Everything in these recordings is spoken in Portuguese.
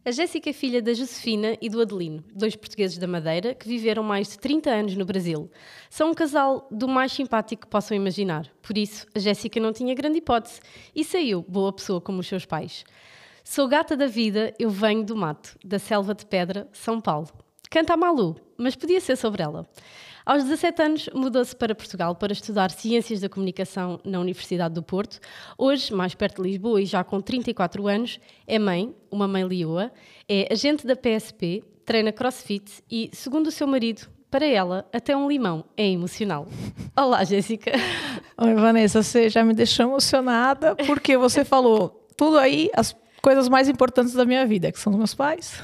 A Jéssica é filha da Josefina e do Adelino, dois portugueses da Madeira que viveram mais de 30 anos no Brasil. São um casal do mais simpático que possam imaginar. Por isso, a Jéssica não tinha grande hipótese e saiu boa pessoa como os seus pais. Sou gata da vida, eu venho do mato, da selva de pedra, São Paulo. Canta a Malu, mas podia ser sobre ela. Aos 17 anos, mudou-se para Portugal para estudar Ciências da Comunicação na Universidade do Porto. Hoje, mais perto de Lisboa e já com 34 anos, é mãe, uma mãe leoa, é agente da PSP, treina crossfit e, segundo o seu marido, para ela, até um limão é emocional. Olá, Jéssica. Oi, Vanessa, você já me deixou emocionada porque você falou tudo aí, as coisas mais importantes da minha vida, que são os meus pais.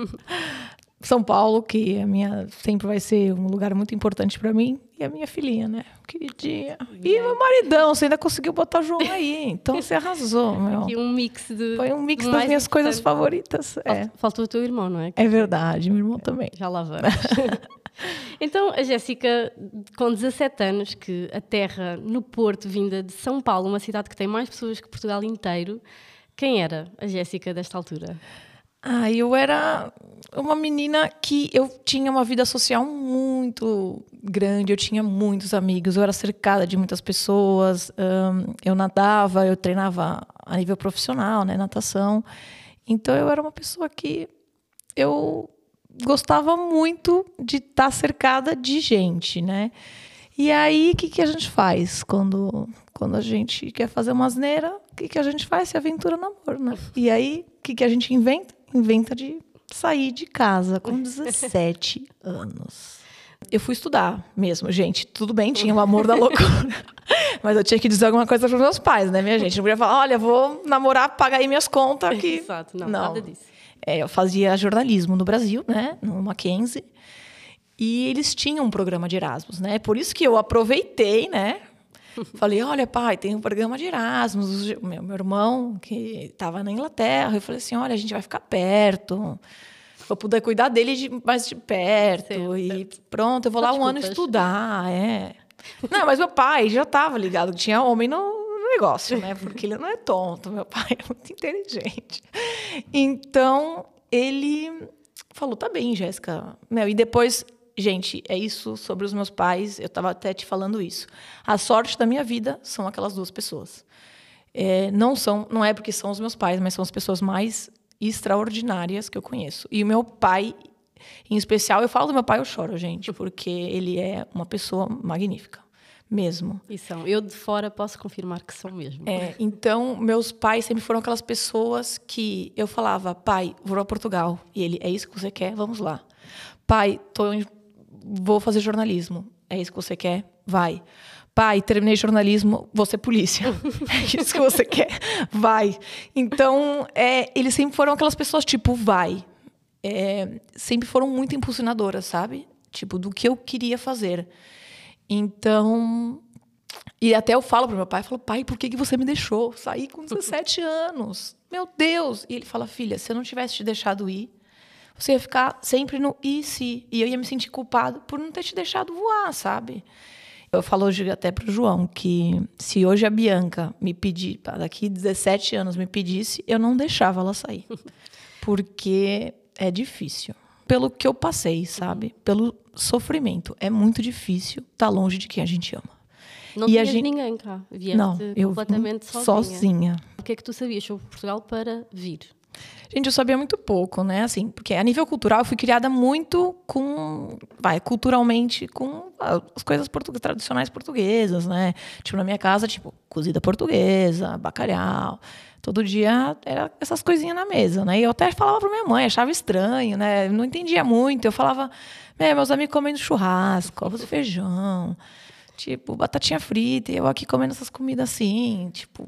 São Paulo, que sempre vai ser um lugar muito importante para mim. E a minha filhinha, né? Queridinha. E meu maridão, você ainda conseguiu botar o João aí. Então você arrasou, meu. Aqui um mix de... Foi um mix das minhas coisas favoritas. Faltou o teu irmão, não é? É verdade, meu irmão também. Já lá vamos. Então, a Jéssica, com 17 anos, que aterra no Porto, vinda de São Paulo, uma cidade que tem mais pessoas que Portugal inteiro. Quem era a Jéssica desta altura? Eu era uma menina que eu tinha uma vida social muito grande, eu tinha muitos amigos, eu era cercada de muitas pessoas, eu nadava, eu treinava a nível profissional, né, natação. Então eu era uma pessoa que eu gostava muito de estar cercada de gente, né? E aí, o que a gente faz quando a gente quer fazer uma asneira? O que a gente faz? Se aventura no amor, né? E aí, o que a gente inventa? Inventa de sair de casa com 17 anos. Eu fui estudar mesmo, gente. Tudo bem, tinha o amor da loucura. Mas eu tinha que dizer alguma coisa para os meus pais, né, minha gente? Não podia falar, olha, vou namorar, pagar aí minhas contas aqui. Exato, não, nada disso. Eu fazia jornalismo no Brasil, né, no Mackenzie. E eles tinham um programa de Erasmus, né? Por isso que eu aproveitei, né? Falei, olha, pai, tem um programa de Erasmus. Meu irmão, que estava na Inglaterra, eu falei assim, olha, a gente vai ficar perto. Vou poder cuidar dele mais de perto. Certo, e certo. Pronto, eu vou lá um ano estudar. Não, mas meu pai já estava ligado, que tinha homem no negócio, né? Porque ele não é tonto, meu pai é muito inteligente. Então, ele falou, tá bem, Jéssica. E depois... Gente, é isso sobre os meus pais. Eu estava até te falando isso. A sorte da minha vida são aquelas duas pessoas. Não é porque são os meus pais, mas são as pessoas mais extraordinárias que eu conheço. E o meu pai, em especial, eu falo do meu pai, eu choro, gente, porque ele é uma pessoa magnífica, mesmo. E são. Eu de fora posso confirmar que são mesmo. Então, meus pais sempre foram aquelas pessoas que eu falava, pai, vou a Portugal. E ele, é isso que você quer? Vamos lá. Pai, vou fazer jornalismo. É isso que você quer? Vai. Pai, terminei jornalismo, vou ser polícia. É isso que você quer? Vai. Então, eles sempre foram aquelas pessoas, tipo, vai. Sempre foram muito impulsionadoras, sabe? Tipo, do que eu queria fazer. Então... E até eu falo pro meu pai, pai, por que você me deixou? Saí com 17 anos. Meu Deus! E ele fala, filha, se eu não tivesse te deixado ir, você ia ficar sempre no e se. E eu ia me sentir culpado por não ter te deixado voar, sabe? Eu falo hoje até pro João que se hoje a Bianca me pedir, daqui 17 anos me pedisse, eu não deixava ela sair. Porque é difícil. Pelo que eu passei, sabe? Pelo sofrimento. É muito difícil estar longe de quem a gente ama. Não tinhas ninguém cá? Vieste completamente sozinha. O que é que tu sabias sobre Portugal para vir? Gente, eu sabia muito pouco, né? Assim, porque a nível cultural eu fui criada muito culturalmente com as coisas tradicionais portuguesas, né? Tipo, na minha casa, tipo, cozida portuguesa, bacalhau. Todo dia era essas coisinhas na mesa, né? E eu até falava pra minha mãe, achava estranho, né? Não entendia muito. Eu falava, meus amigos comendo churrasco, arroz e feijão, tipo, batatinha frita, e eu aqui comendo essas comidas assim, tipo...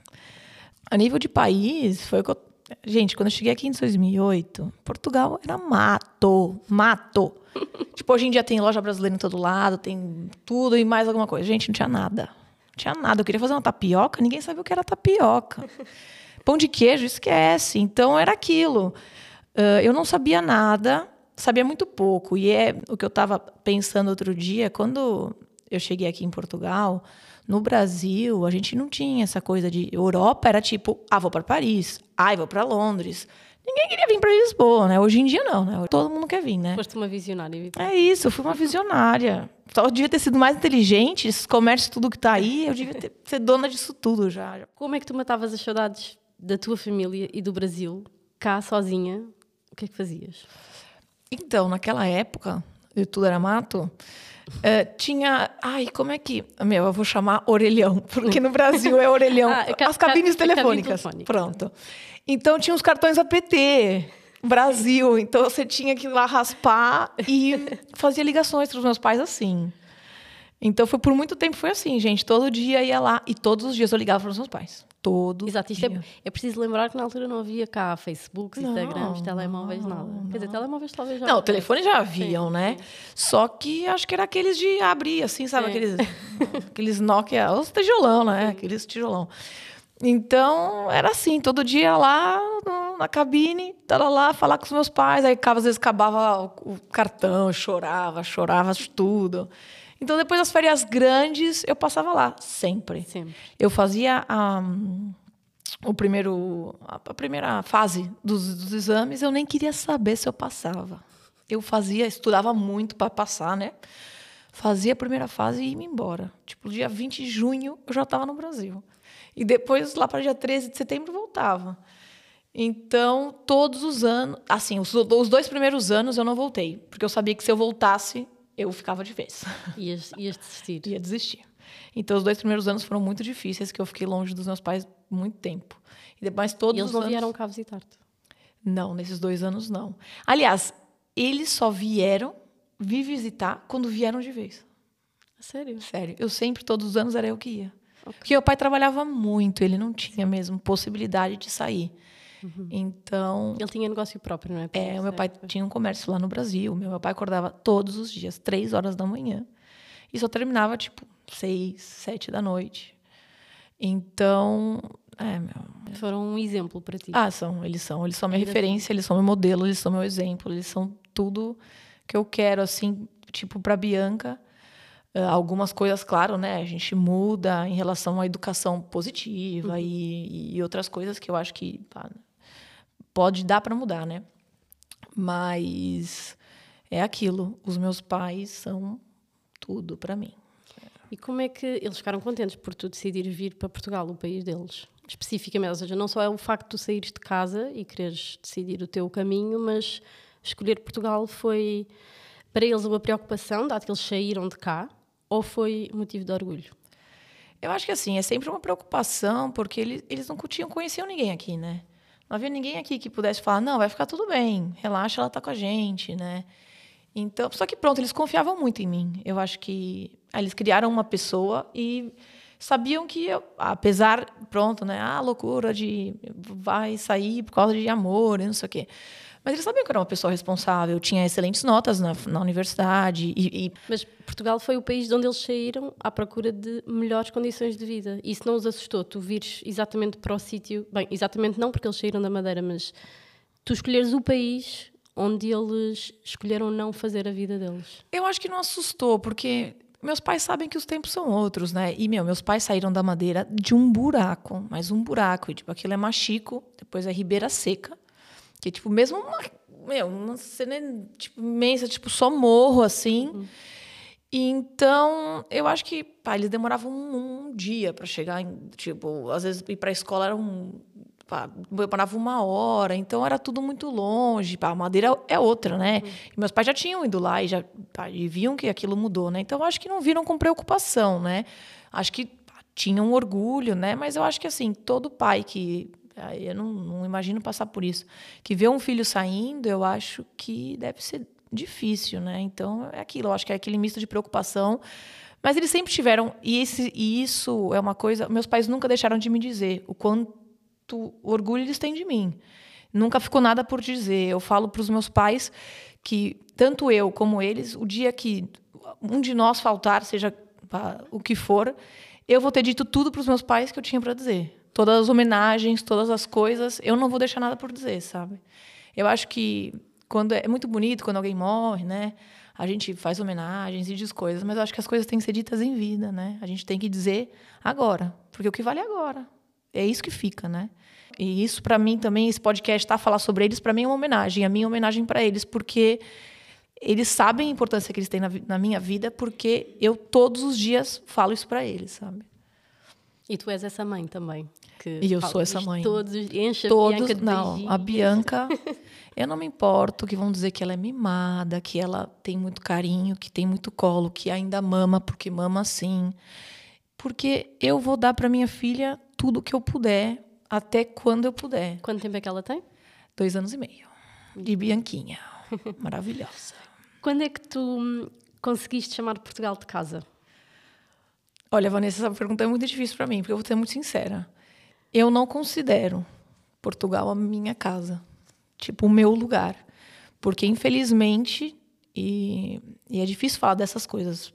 A nível de país, foi o que eu... Gente, quando eu cheguei aqui em 2008, Portugal era mato. Tipo, hoje em dia tem loja brasileira em todo lado, tem tudo e mais alguma coisa. Gente, não tinha nada. Não tinha nada. Eu queria fazer uma tapioca, ninguém sabia o que era tapioca. Pão de queijo, esquece. Então, era aquilo. Eu não sabia nada, sabia muito pouco. E é o que eu estava pensando outro dia, quando eu cheguei aqui em Portugal... No Brasil, a gente não tinha essa coisa de... Europa era tipo, vou para Paris, vou para Londres. Ninguém queria vir para Lisboa, né? Hoje em dia não, né? Todo mundo quer vir, né? Foste uma visionária, Vitor. É isso, eu fui uma visionária. Só eu devia ter sido mais inteligente, esses comércios, tudo que tá aí, eu devia ser dona disso tudo já. Como é que tu matavas as saudades da tua família e do Brasil, cá sozinha? O que é que fazias? Então, naquela época, e tudo era mato, tinha... Ai, como é que... eu vou chamar orelhão, porque no Brasil é orelhão. As cabines telefônicas. Pronto. Então, tinha os cartões APT, Brasil. Então, você tinha que ir lá raspar e fazia ligações para os meus pais assim. Então, por muito tempo foi assim, gente. Todo dia ia lá e todos os dias eu ligava para os meus pais. Exato, isto é preciso lembrar que na altura não havia cá Facebook, Instagrams, telemóveis, nada. Quer dizer, telemóveis talvez já... Não, telefones já haviam, né? Sim. Só que acho que era aqueles de abrir, assim, sabe? Aqueles Nokia, os tijolão, né? Sim. Aqueles tijolão. Então, era assim, todo dia lá na cabine, tava lá, falar com os meus pais. Aí, às vezes, acabava o cartão, eu chorava tudo. Então, depois das férias grandes, eu passava lá, sempre. Eu fazia a primeira fase dos exames, eu nem queria saber se eu passava. Eu estudava muito para passar, né? Fazia a primeira fase e ia embora. Tipo, dia 20 de junho, eu já estava no Brasil. E depois, lá para dia 13 de setembro, voltava. Então, todos os anos... Assim, os 2 primeiros anos eu não voltei. Porque eu sabia que se eu voltasse... eu ficava de vez. Ias desistir. Ia desistir. Então, os 2 primeiros anos foram muito difíceis, que eu fiquei longe dos meus pais muito tempo. E depois todos eles não vieram cá visitar-te? Não, nesses 2 anos, não. Aliás, eles só vieram vir visitar quando vieram de vez. Sério? Sério. Eu sempre, todos os anos, era eu que ia. Okay. Porque meu pai trabalhava muito, ele não tinha mesmo possibilidade de sair. Uhum. Então... Ele tinha negócio próprio, não é? O meu pai tinha um comércio lá no Brasil. Meu pai acordava todos os dias, 3 horas da manhã. E só terminava, 6, 7 da noite. Então... Foram um exemplo para ti. Eles são minha referência, eles são meu modelo, eles são meu exemplo, eles são tudo que eu quero, assim, para Bianca. Algumas coisas, claro, né? A gente muda em relação à educação positiva e outras coisas que eu acho que pode dar para mudar, né? Mas é aquilo. Os meus pais são tudo para mim. E como é que eles ficaram contentes por tu decidir vir para Portugal, o país deles? Especificamente, ou seja, não só é o facto de tu saíres de casa e quereres decidir o teu caminho, mas escolher Portugal foi para eles uma preocupação, dado que eles saíram de cá, ou foi motivo de orgulho? Eu acho que assim, é sempre uma preocupação, porque eles não conheciam ninguém aqui, né? Não havia ninguém aqui que pudesse falar, não, vai ficar tudo bem, relaxa, ela está com a gente, né? Então, só que pronto, eles confiavam muito em mim. Eu acho que eles criaram uma pessoa e sabiam que eu, apesar, pronto, né? Loucura de vai sair por causa de amor e não sei o quê. Mas eles sabiam que eu era uma pessoa responsável, eu tinha excelentes notas na universidade. Mas Portugal foi o país de onde eles saíram à procura de melhores condições de vida. Isso não os assustou? Tu vires exatamente para o sítio... Bem, exatamente não porque eles saíram da Madeira, mas tu escolheres o país onde eles escolheram não fazer a vida deles. Eu acho que não assustou, porque meus pais sabem que os tempos são outros, né? E, meus pais saíram da Madeira de um buraco, mas um buraco. E, aquilo é Machico, depois é Ribeira Seca. Que, mesmo uma cena, imensa, só morro, assim. Então, eu acho que, eles demoravam um dia para chegar, às vezes ir para a escola era demorava 1 hora, então era tudo muito longe. A Madeira é outra, né? E meus pais já tinham ido lá e viam que aquilo mudou, né? Então, eu acho que não viram com preocupação, né? Acho que tinham orgulho, né? Mas eu acho que, assim, todo pai que... Eu não imagino passar por isso. Que ver um filho saindo, eu acho que deve ser difícil, né? Então, é aquilo. Eu acho que é aquele misto de preocupação. Mas eles sempre tiveram... E isso é uma coisa... Meus pais nunca deixaram de me dizer o quanto orgulho eles têm de mim. Nunca ficou nada por dizer. Eu falo para os meus pais que, tanto eu como eles, o dia que um de nós faltar, seja o que for, eu vou ter dito tudo para os meus pais que eu tinha para dizer. Todas as homenagens, todas as coisas, eu não vou deixar nada por dizer, sabe? Eu acho que é muito bonito quando alguém morre, né? A gente faz homenagens e diz coisas, mas eu acho que as coisas têm que ser ditas em vida, né? A gente tem que dizer agora, porque o que vale é agora. É isso que fica, né? E isso, para mim, também, esse podcast tá a falar sobre eles, para mim é uma homenagem. A minha homenagem para eles, porque eles sabem a importância que eles têm na minha vida, porque eu, todos os dias, falo isso para eles, sabe? E tu és essa mãe também. E eu sou essa mãe. Enche a Todos, Bianca de beijinhos. a Bianca, eu não me importo que vão dizer que ela é mimada, que ela tem muito carinho, que tem muito colo, que ainda mama, porque mama sim. Porque eu vou dar para minha filha tudo que eu puder, até quando eu puder. Quanto tempo é que ela tem? 2 anos e meio. De Bianquinha. Maravilhosa. Quando é que tu conseguiste chamar Portugal de casa? Olha, Vanessa, essa pergunta é muito difícil para mim, porque eu vou ser muito sincera. Eu não considero Portugal a minha casa. Tipo, o meu lugar. Porque, infelizmente, e é difícil falar dessas coisas,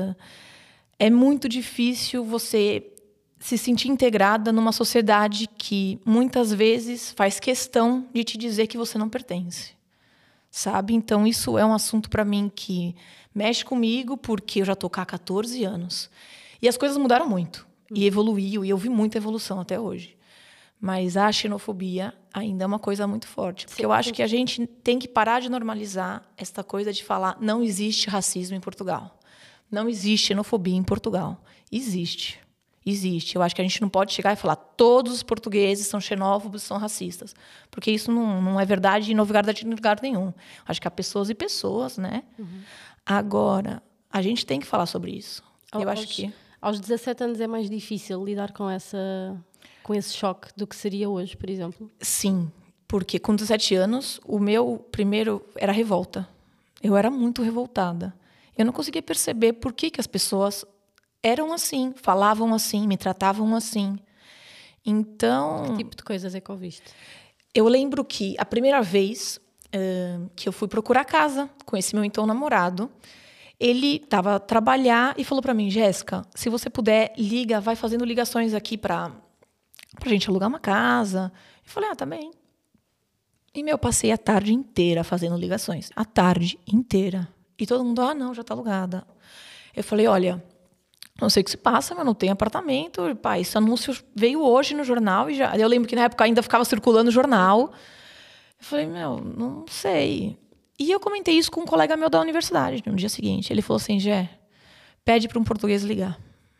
é muito difícil você se sentir integrada numa sociedade que, muitas vezes, faz questão de te dizer que você não pertence. Sabe? Então, isso é um assunto para mim que mexe comigo, porque eu já estou cá há 14 anos. E as coisas mudaram muito. E evoluiu, e eu vi muita evolução até hoje. Mas a xenofobia ainda é uma coisa muito forte. Porque eu acho que a gente tem que parar de normalizar esta coisa de falar não existe racismo em Portugal. Não existe xenofobia em Portugal. Existe. Existe. Eu acho que a gente não pode chegar e falar todos os portugueses são xenófobos, são racistas. Porque isso não é verdade e não é verdade em lugar nenhum. Acho que há pessoas e pessoas, né? Uhum. Agora, a gente tem que falar sobre isso. Eu acho que... Aos 17 anos é mais difícil lidar com esse choque do que seria hoje, por exemplo? Sim, porque com 17 anos, o meu primeiro era revolta. Eu era muito revoltada. Eu não conseguia perceber por que as pessoas eram assim, falavam assim, me tratavam assim. Então... Que tipo de coisas é que ouviste? Eu lembro que a primeira vez que eu fui procurar casa com esse meu então namorado, ele estava a trabalhar e falou para mim, Jéssica, se você puder, liga, vai fazendo ligações aqui pra gente alugar uma casa. Eu falei, tá bem. E, eu passei a tarde inteira fazendo ligações. A tarde inteira. E todo mundo, não, já tá alugada. Eu falei, olha, não sei o que se passa, mas não tem apartamento. Pai, esse anúncio veio hoje no jornal e já... Eu lembro que na época ainda ficava circulando o jornal. Eu falei, não sei. E eu comentei isso com um colega meu da universidade no dia seguinte. Ele falou assim, Gé, pede para um português ligar.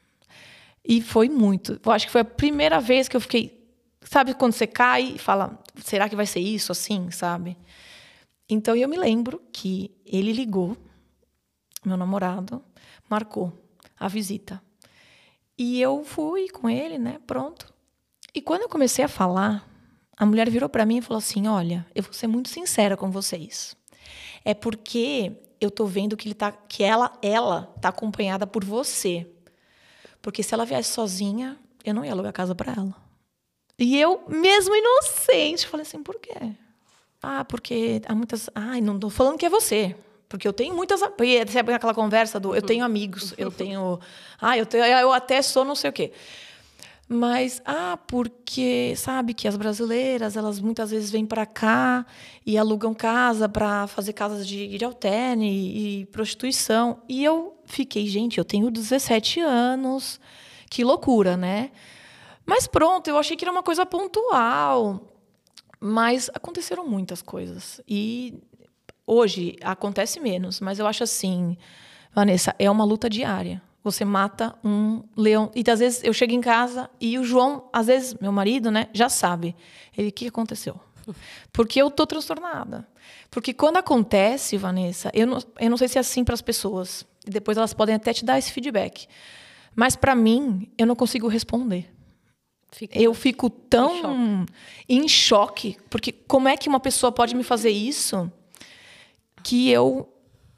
E foi muito. Eu acho que foi a primeira vez que eu fiquei... Sabe quando você cai e fala, será que vai ser isso assim, sabe? Então, eu me lembro que ele ligou, meu namorado, marcou a visita. E eu fui com ele, né? Pronto. E quando eu comecei a falar, a mulher virou para mim e falou assim, olha, eu vou ser muito sincera com vocês. É porque eu tô vendo que ela tá acompanhada por você. Porque se ela viesse sozinha, eu não ia alugar casa para ela. E eu, mesmo inocente, falei assim, por quê? Porque há muitas... não tô falando que é você. Porque eu tenho muitas... Sabe aquela conversa do... Eu tenho amigos, eu tenho... eu até sou não sei o quê. Mas, porque sabe que as brasileiras, elas muitas vezes vêm para cá e alugam casa para fazer casas de alterne e prostituição. E eu fiquei, gente, eu tenho 17 anos, que loucura, né? Mas pronto, eu achei que era uma coisa pontual. Mas aconteceram muitas coisas. E hoje acontece menos, mas eu acho assim, Vanessa, é uma luta diária. Você mata um leão. E às vezes eu chego em casa e o João, às vezes, meu marido, né, já sabe. Ele, o que aconteceu? Porque eu tô transtornada. Porque quando acontece, Vanessa, eu não sei se é assim para as pessoas. E depois elas podem até te dar esse feedback. Mas para mim, eu não consigo responder. Eu fico tão em choque. Porque como é que uma pessoa pode me fazer isso que eu,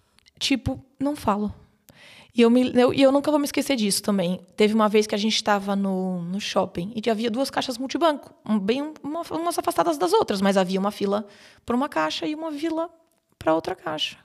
não falo. E eu nunca vou me esquecer disso também. Teve uma vez que a gente estava no shopping e havia 2 caixas multibanco, umas afastadas das outras, mas havia uma fila para uma caixa e uma fila para outra caixa.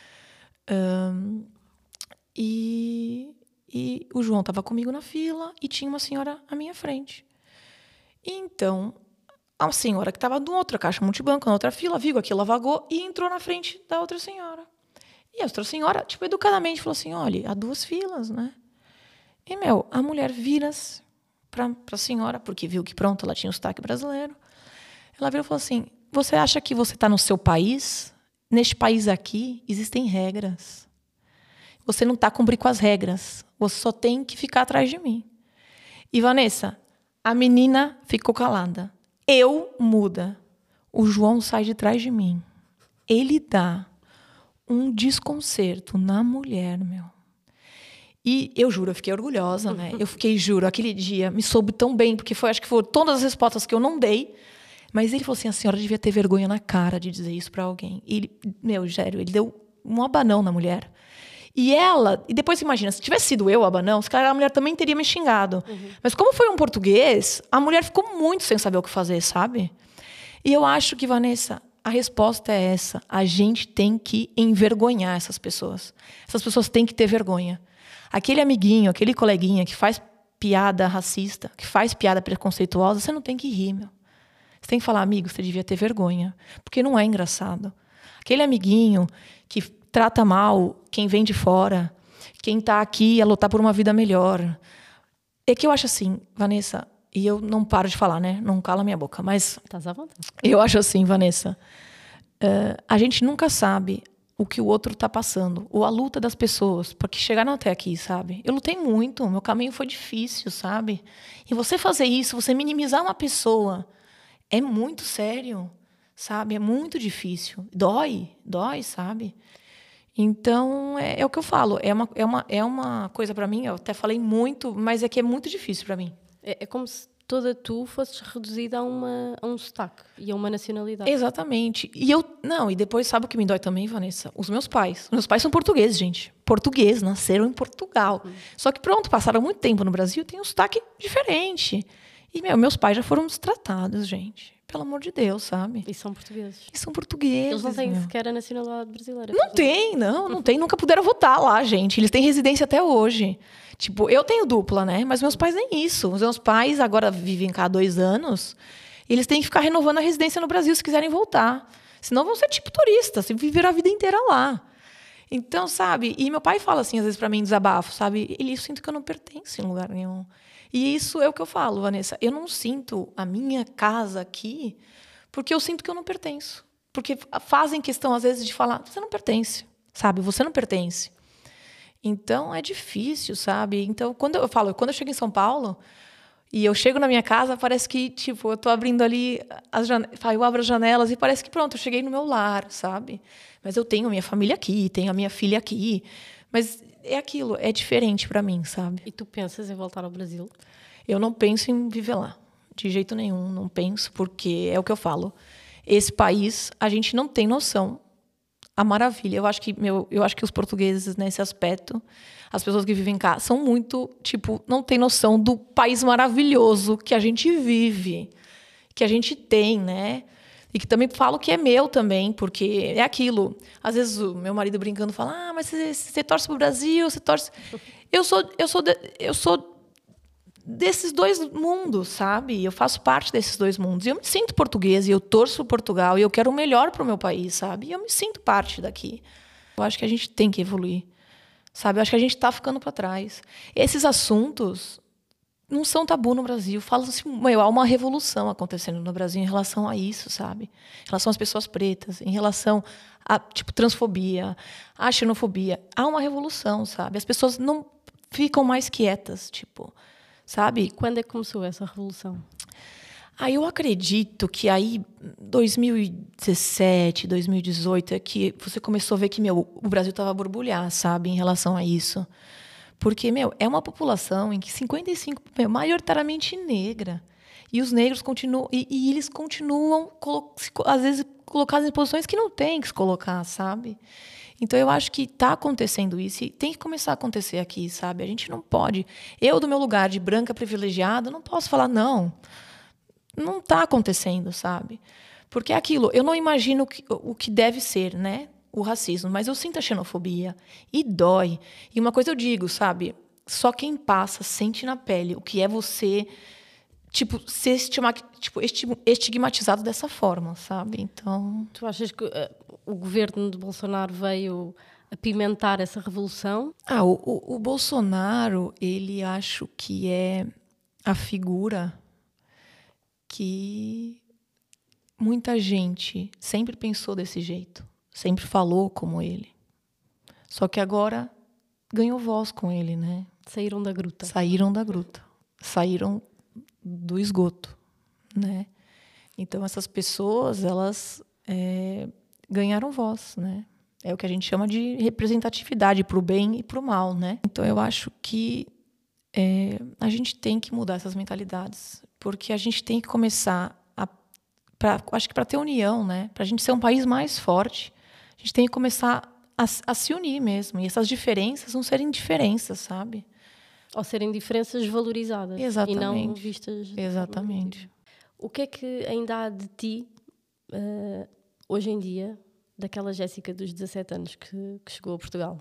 E o João estava comigo na fila e tinha uma senhora à minha frente. E então, a senhora que estava numa outra caixa multibanco, na outra fila, viu aquilo, vagou e entrou na frente da outra senhora. E a outra senhora, educadamente, falou assim, olha, há 2 filas, né? E, a mulher vira-se para a senhora, porque viu que pronto, ela tinha um sotaque brasileiro. Ela virou e falou assim: você acha que você está no seu país? Neste país aqui existem regras. Você não está cumprindo com as regras. Você só tem que ficar atrás de mim. E Vanessa, a menina ficou calada. Eu muda. O João sai de trás de mim. Ele dá um desconcerto na mulher, meu. E eu juro, eu fiquei orgulhosa, né? Eu fiquei, juro, aquele dia me soube tão bem, porque acho que foram todas as respostas que eu não dei. Mas ele falou assim: a senhora devia ter vergonha na cara de dizer isso para alguém. E ele, meu, sério, ele deu um abanão na mulher. E depois imagina, se tivesse sido eu o abanão, se calhar a mulher também teria me xingado. Mas como foi um português, a mulher ficou muito sem saber o que fazer, sabe? E eu acho que, Vanessa, a resposta é essa. A gente tem que envergonhar essas pessoas. Essas pessoas têm que ter vergonha. Aquele amiguinho, aquele coleguinha que faz piada racista, que faz piada preconceituosa, você não tem que rir, meu. Você tem que falar: amigo, você devia ter vergonha. Porque não é engraçado. Aquele amiguinho que trata mal quem vem de fora, quem está aqui a lutar por uma vida melhor. É que eu acho assim, Vanessa, e eu não paro de falar, né? Não cala minha boca, mas... Estás à vontade. Eu acho assim, Vanessa, a gente nunca sabe o que o outro está passando, ou a luta das pessoas, para que chegaram até aqui, sabe? Eu lutei muito, meu caminho foi difícil, sabe? E você fazer isso, você minimizar uma pessoa, é muito sério, sabe? É muito difícil. Dói, sabe? Então, é o que eu falo. É uma coisa para mim, eu até falei muito, mas é que é muito difícil para mim. É como se toda tu fosses reduzida a um sotaque e a uma nacionalidade. Exatamente. E depois, sabe o que me dói também, Vanessa? Os meus pais. Os meus pais são portugueses, gente. Portugueses, nasceram em Portugal. Só que pronto, passaram muito tempo no Brasil, tem um sotaque diferente. E, meus pais já foram destratados, gente. Pelo amor de Deus, sabe? E são portugueses. Eles não têm sequer a nacionalidade brasileira. Não tem. Nunca puderam votar lá, gente. Eles têm residência até hoje. Tipo, eu tenho dupla, né? Mas meus pais nem isso. Os meus pais agora vivem cá há 2 anos. E eles têm que ficar renovando a residência no Brasil se quiserem voltar. Senão vão ser tipo turistas. E viver a vida inteira lá. Então, sabe? E meu pai fala assim, às vezes, pra mim, desabafo, sabe? Eu sinto que eu não pertenço em lugar nenhum. E isso é o que eu falo, Vanessa. Eu não sinto a minha casa aqui porque eu sinto que eu não pertenço. Porque fazem questão, às vezes, de falar: você não pertence, sabe? Você não pertence. Então, é difícil, sabe? Então, quando eu chego em São Paulo e eu chego na minha casa, parece que, tipo, eu tô abrindo ali eu abro as janelas e parece que, pronto, eu cheguei no meu lar, sabe? Mas eu tenho a minha família aqui, tenho a minha filha aqui. Mas é aquilo, é diferente para mim, sabe? E tu pensas em voltar ao Brasil? Eu não penso em viver lá, de jeito nenhum, não penso, porque é o que eu falo. Esse país, a gente não tem noção a maravilha. Eu acho que os portugueses, nesse aspecto, as pessoas que vivem cá, são muito, tipo, não tem noção do país maravilhoso que a gente vive, que a gente tem, né? E que também falo que é meu também, porque é aquilo. Às vezes o meu marido brincando fala: mas você torce pro Brasil, você torce... Eu sou desses 2 mundos, sabe? Eu faço parte desses 2 mundos. E eu me sinto portuguesa, e eu torço por Portugal, e eu quero o melhor para o meu país, sabe? E eu me sinto parte daqui. Eu acho que a gente tem que evoluir, sabe? Eu acho que a gente está ficando para trás. Esses assuntos não são tabu no Brasil. Fala-se, há uma revolução acontecendo no Brasil em relação a isso, sabe? Em relação às pessoas pretas, em relação a, tipo, transfobia, a xenofobia. Há uma revolução, sabe? As pessoas não ficam mais quietas, tipo... Sabe? Quando é que começou essa revolução? Eu acredito que aí 2017, 2018 é que você começou a ver que o Brasil estava a borbulhar, sabe, em relação a isso. Porque, é uma população em que 55%, maioritariamente negra. E os negros continuam... E eles continuam, às vezes, colocados em posições que não tem que se colocar, sabe? Então, eu acho que está acontecendo isso e tem que começar a acontecer aqui, sabe? A gente não pode... Eu, do meu lugar de branca privilegiada, não posso falar: não está acontecendo, sabe? Porque é aquilo, eu não imagino o que deve ser, né? O racismo, mas eu sinto a xenofobia e dói. E uma coisa eu digo, sabe? Só quem passa sente na pele o que é você... Tipo, ser estigmatizado dessa forma, sabe? Então... Tu achas que o governo de Bolsonaro veio apimentar essa revolução? O Bolsonaro, ele acho que é a figura que muita gente sempre pensou desse jeito, sempre falou como ele. Só que agora ganhou voz com ele, né? Saíram da gruta. Saíram da gruta. Saíram do esgoto, né? Então, essas pessoas, elas ganharam voz, né? É o que a gente chama de representatividade para o bem e para o mal, né? Então, eu acho que a gente tem que mudar essas mentalidades, porque a gente tem que começar acho que para ter união, né? Para a gente ser um país mais forte, a gente tem que começar a se unir mesmo. E essas diferenças não serem diferenças, sabe? Ou serem diferenças valorizadas. Exatamente. E não vistas... Exatamente. O que é que ainda há de ti, hoje em dia, daquela Jéssica dos 17 anos que chegou a Portugal?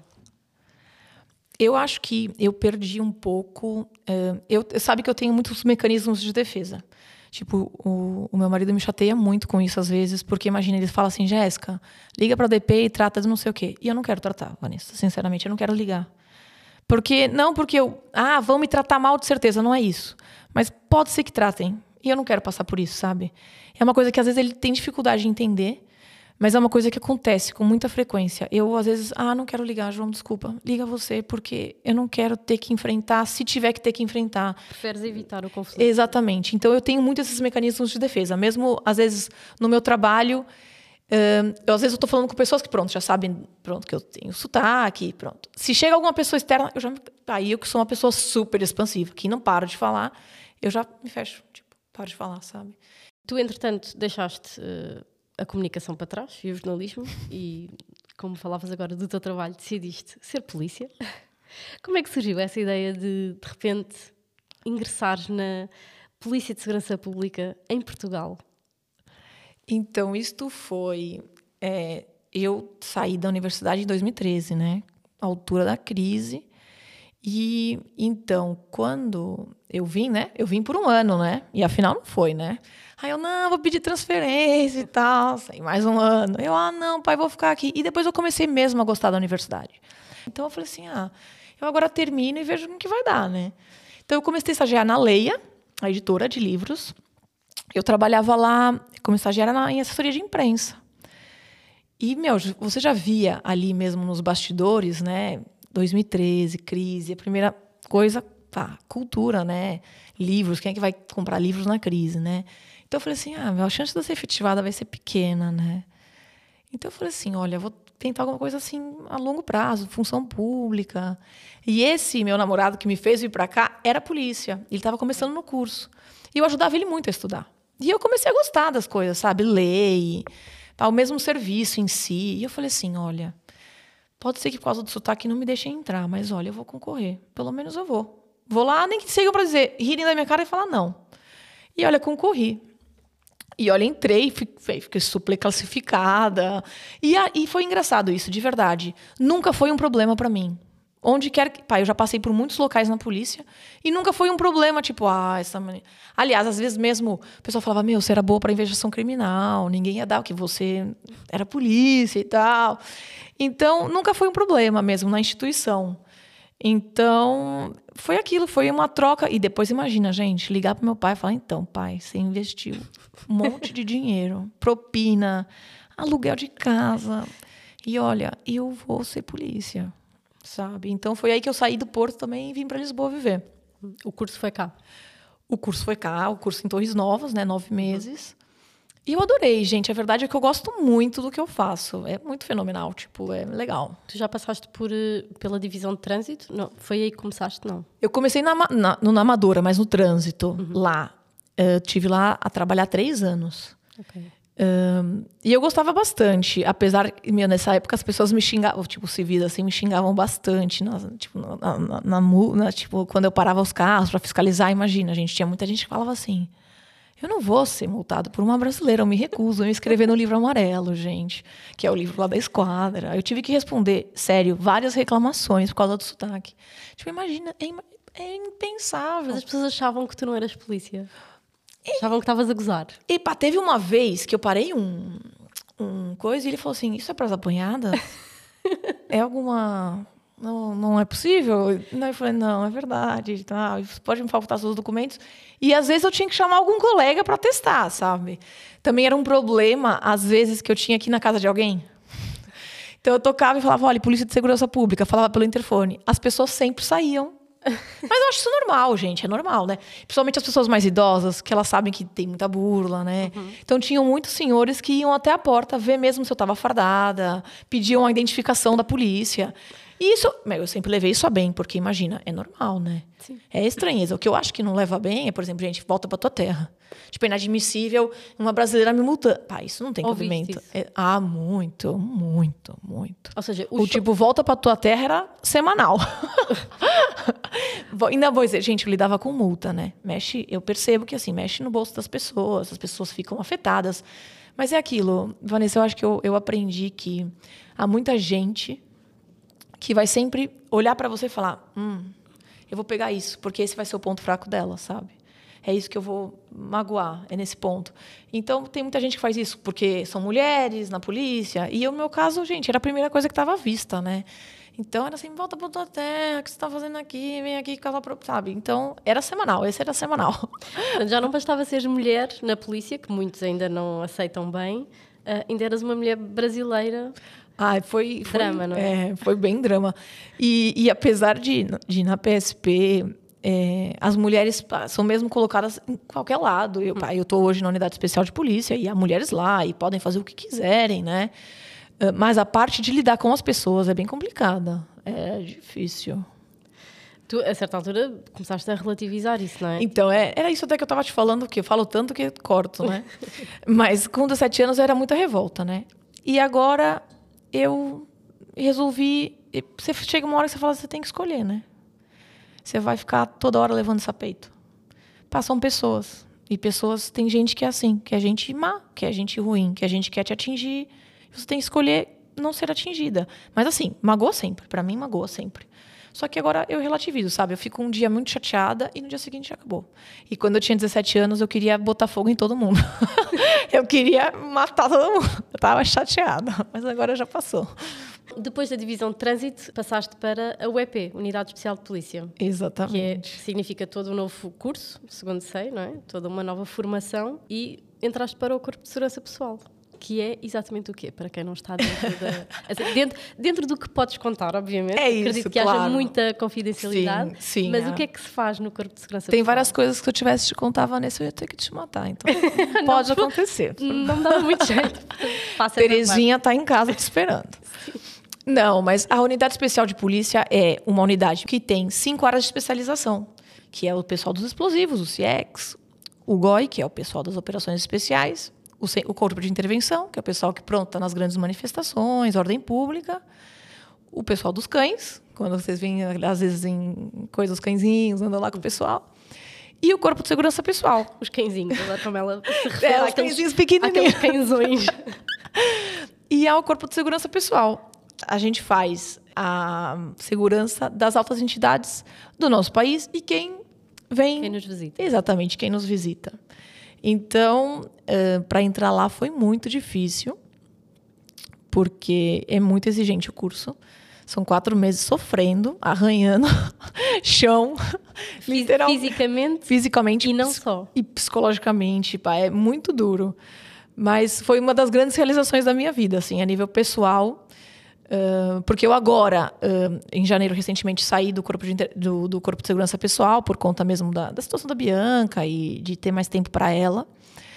Eu acho que eu perdi um pouco... sabe que eu tenho muitos mecanismos de defesa. Tipo, o meu marido me chateia muito com isso às vezes, porque imagina, ele fala assim, Jéssica, liga para a DP e trata de não sei o quê. E eu não quero tratar, Vanessa, sinceramente, eu não quero ligar. Porque vão me tratar mal, de certeza, não é isso. Mas pode ser que tratem. E eu não quero passar por isso, sabe? É uma coisa que às vezes ele tem dificuldade de entender, mas é uma coisa que acontece com muita frequência. Eu, às vezes, não quero ligar, João, desculpa. Liga você, porque eu não quero ter que enfrentar, se tiver que ter que enfrentar. Preferes evitar o conflito. Exatamente. Então, eu tenho muito esses mecanismos de defesa. Mesmo, às vezes, no meu trabalho, às vezes eu estou falando com pessoas que, já sabem, que eu tenho sotaque, pronto. Se chega alguma pessoa externa, eu que sou uma pessoa super expansiva, que não para de falar, eu já me fecho, paro de falar, sabe? Tu, entretanto, deixaste a comunicação para trás e o jornalismo e, como falavas agora do teu trabalho, decidiste ser polícia. Como é que surgiu essa ideia de repente, ingressares na Polícia de Segurança Pública em Portugal? Então, isto foi... eu saí da universidade em 2013, né? À altura da crise. E, então, quando eu vim, né? Eu vim por um ano, né? E afinal não foi, né? Aí eu, não, vou pedir transferência e tal. Saí mais um ano. Eu, não, pai, vou ficar aqui. E depois eu comecei mesmo a gostar da universidade. Então, eu falei assim, eu agora termino e vejo no que vai dar, né? Então, eu comecei a estagiar na Leia, a editora de livros. Eu trabalhava lá, como estagiária em assessoria de imprensa. E, você já via ali mesmo nos bastidores, né? 2013, crise, a primeira coisa, cultura, né? Livros, quem é que vai comprar livros na crise, né? Então eu falei assim, a chance de eu ser efetivada vai ser pequena, né? Então eu falei assim, olha, eu vou tentar alguma coisa assim a longo prazo, função pública. E esse meu namorado que me fez vir para cá era polícia. Ele estava começando no curso. E eu ajudava ele muito a estudar. E eu comecei a gostar das coisas, sabe? Lei, o mesmo serviço em si. E eu falei assim, olha, pode ser que por causa do sotaque não me deixem entrar, mas olha, eu vou concorrer. Pelo menos eu vou. Vou lá, nem que sigam para dizer, rirem da minha cara e falar não. E olha, concorri. E olha, entrei, fiquei super classificada. E foi engraçado isso, de verdade. Nunca foi um problema para mim. Onde quer que... eu já passei por muitos locais na polícia e nunca foi um problema, tipo, essa... Aliás, às vezes mesmo, o pessoal falava, você era boa para investigação criminal, ninguém ia dar, que você era polícia e tal. Então, nunca foi um problema mesmo na instituição. Então, foi aquilo, foi uma troca. E depois, imagina, gente, ligar pro meu pai e falar, então, pai, você investiu um monte de dinheiro, propina, aluguel de casa. E olha, eu vou ser polícia. Sabe? Então, foi aí que eu saí do Porto também e vim para Lisboa viver. O curso foi cá? O curso foi cá, o curso em Torres Novas, né? 9 meses. E eu adorei, gente. A verdade é que eu gosto muito do que eu faço. É muito fenomenal, é legal. Tu já passaste pela divisão de trânsito? Não, foi aí que começaste, não? Eu comecei na Amadora, mas no trânsito, lá. Tive lá a trabalhar 3 anos. Ok. E eu gostava bastante, apesar que nessa época as pessoas me xingavam, civis assim, me xingavam bastante, quando eu parava os carros para fiscalizar, imagina, gente, tinha muita gente que falava assim, eu não vou ser multado por uma brasileira, eu me recuso a me inscrever no livro amarelo, gente, que é o livro lá da esquadra. Eu tive que responder, sério, várias reclamações por causa do sotaque. Imagina, é impensável. Mas as pessoas achavam que tu não eras polícia. Achavam que estavas a gozar. E teve uma vez que eu parei um coisa e ele falou assim, isso é para as apanhadas? É alguma não é possível. Daí eu falei, não, é verdade. Tá, pode me faltar seus documentos. E às vezes eu tinha que chamar algum colega para testar, sabe? Também era um problema, às vezes, que eu tinha aqui na casa de alguém. Então eu tocava e falava, olha, Polícia de Segurança Pública, falava pelo interfone. As pessoas sempre saíam. Mas eu acho isso normal, gente, é normal, né? Principalmente as pessoas mais idosas, que elas sabem que tem muita burla, né? Então tinham muitos senhores que iam até a porta ver mesmo se eu estava fardada, pediam a identificação da polícia. E isso, eu sempre levei isso a bem, porque imagina, é normal, né? Sim. É estranheza. O que eu acho que não leva a bem é, por exemplo, gente, volta pra tua terra. Tipo, é inadmissível uma brasileira me multando. Pá, isso não tem cabimento. Muito, muito, muito. Ou seja, tipo, volta pra tua terra era semanal. Ainda vou dizer, gente, eu lidava com multa, né? Eu percebo que, assim, mexe no bolso das pessoas, as pessoas ficam afetadas. Mas é aquilo, Vanessa, eu acho que eu aprendi que há muita gente que vai sempre olhar pra você e falar, eu vou pegar isso, porque esse vai ser o ponto fraco dela, sabe? É isso que eu vou magoar, é nesse ponto. Então, tem muita gente que faz isso, porque são mulheres na polícia. E o meu caso, gente, era a primeira coisa que estava à vista, né? Então, era assim, volta pra tua terra, o que você está fazendo aqui? Vem aqui, sabe? Então, era semanal, esse era semanal. Já não bastava seres mulher na polícia, que muitos ainda não aceitam bem, ainda eras uma mulher brasileira. Foi drama, não é? Foi bem drama. E apesar de na PSP, as mulheres são mesmo colocadas em qualquer lado. Eu estou hoje na unidade especial de polícia e há mulheres lá e podem fazer o que quiserem, né? Mas a parte de lidar com as pessoas é bem complicada. É difícil. Tu, a certa altura, começaste a relativizar isso, não é? Então, era isso até que eu estava te falando, que eu falo tanto que corto, né? Mas com 17 anos era muita revolta, né? E agora eu resolvi... Você chega uma hora que você fala, você tem que escolher, né? Você vai ficar toda hora levando sapeito. São pessoas. E pessoas... Tem gente que é assim, que é gente má, que é gente ruim, que a gente quer te atingir. Você tem que escolher não ser atingida. Mas assim, magoa sempre. Pra mim, magoa sempre. Só que agora eu relativizo, sabe? Eu fico um dia muito chateada e no dia seguinte já acabou. E quando eu tinha 17 anos, eu queria botar fogo em todo mundo. Eu queria matar todo mundo. Eu estava chateada, mas agora já passou. Depois da divisão de trânsito, passaste para a UEP, Unidade Especial de Polícia. Exatamente. Que significa todo um novo curso, segundo sei, não é? Toda uma nova formação e entraste para o Corpo de Segurança Pessoal. Que é exatamente o quê? Para quem não está dentro do que podes contar, obviamente. É isso, acredito que haja muita confidencialidade. Sim, mas o que é que se faz no Corpo de Segurança Tem Pessoal? várias coisas que se eu tivesse te contar, Vanessa, eu ia ter que te matar. Então, pode acontecer. Não me dava muito jeito. Terezinha está em casa te esperando. Não, mas a Unidade Especial de Polícia é uma unidade que tem 5 áreas de especialização, que é o pessoal dos explosivos, o CIEX, o GOI, que é o pessoal das operações especiais, o Corpo de Intervenção, que é o pessoal que pronta nas grandes manifestações, ordem pública, o pessoal dos cães, quando vocês veem, às vezes, em coisas, os cãezinhos, andam lá com o pessoal, e o Corpo de Segurança Pessoal. Os cãezinhos, agora como ela se refere os cãezinhos pequenininhos. Aqueles cãezões. E é o Corpo de Segurança Pessoal. A gente faz a segurança das altas entidades do nosso país e quem nos visita. Exatamente, quem nos visita. Então, para entrar lá foi muito difícil, porque é muito exigente o curso. São 4 meses sofrendo, arranhando chão, literalmente. Fisicamente. E não só. E psicologicamente, é muito duro. Mas foi uma das grandes realizações da minha vida, assim, a nível pessoal. Porque eu agora, em janeiro, recentemente, saí do Corpo de Segurança Pessoal por conta mesmo da situação da Bianca e de ter mais tempo para ela.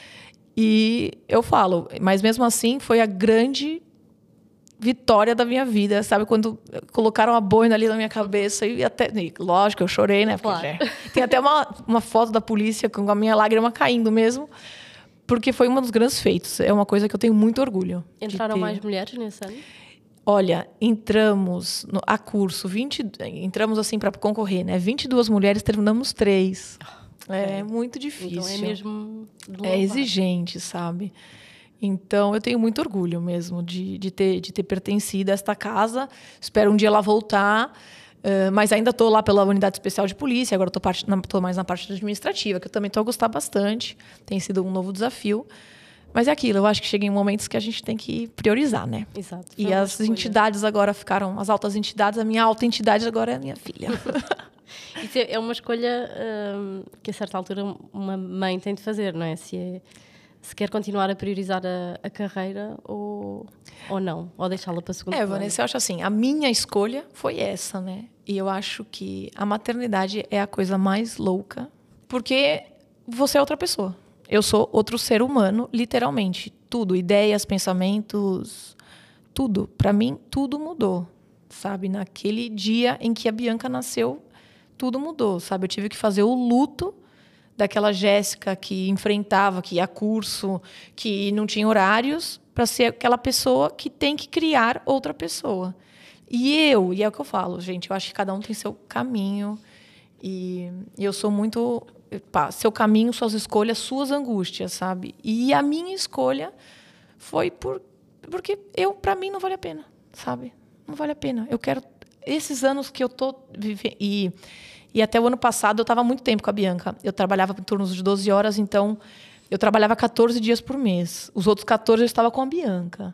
E eu falo, mas mesmo assim foi a grande vitória da minha vida, sabe? Quando colocaram a boina ali na minha cabeça e lógico, eu chorei, né? Claro. Tem até uma foto da polícia com a minha lágrima caindo mesmo, porque foi um dos grandes feitos. É uma coisa que eu tenho muito orgulho. Entraram mais mulheres nesse ano? Olha, entramos a curso, entramos assim para concorrer, né? 22 mulheres, terminamos 3. É muito difícil. Então é mesmo... É exigente, sabe? Então eu tenho muito orgulho mesmo de ter pertencido a esta casa. Espero um dia ela voltar, mas ainda estou lá pela Unidade Especial de Polícia, agora estou mais na parte administrativa, que eu também estou a gostar bastante. Tem sido um novo desafio. Mas é aquilo, eu acho que chega em momentos que a gente tem que priorizar, né? Exato. E as entidades agora ficaram, as altas entidades, a minha alta entidade agora é a minha filha. Isso é uma escolha que a certa altura uma mãe tem de fazer, não é? Se quer continuar a priorizar a carreira ou não, ou deixá-la para segundo plano. Vanessa, eu acho assim, a minha escolha foi essa, né? E eu acho que a maternidade é a coisa mais louca, porque você é outra pessoa. Eu sou outro ser humano, literalmente. Tudo, ideias, pensamentos, tudo. Para mim, tudo mudou, sabe? Naquele dia em que a Bianca nasceu, tudo mudou, sabe? Eu tive que fazer o luto daquela Jéssica que enfrentava, que ia a curso, que não tinha horários, para ser aquela pessoa que tem que criar outra pessoa. E é o que eu falo, gente, eu acho que cada um tem seu caminho. E eu sou muito... seu caminho, suas escolhas, suas angústias, sabe? E a minha escolha foi porque para mim não vale a pena, sabe? Não vale a pena. Eu quero... Esses anos que eu tô vivendo... E até o ano passado eu estava muito tempo com a Bianca. Eu trabalhava por turnos de 12 horas, então eu trabalhava 14 dias por mês. Os outros 14 eu estava com a Bianca.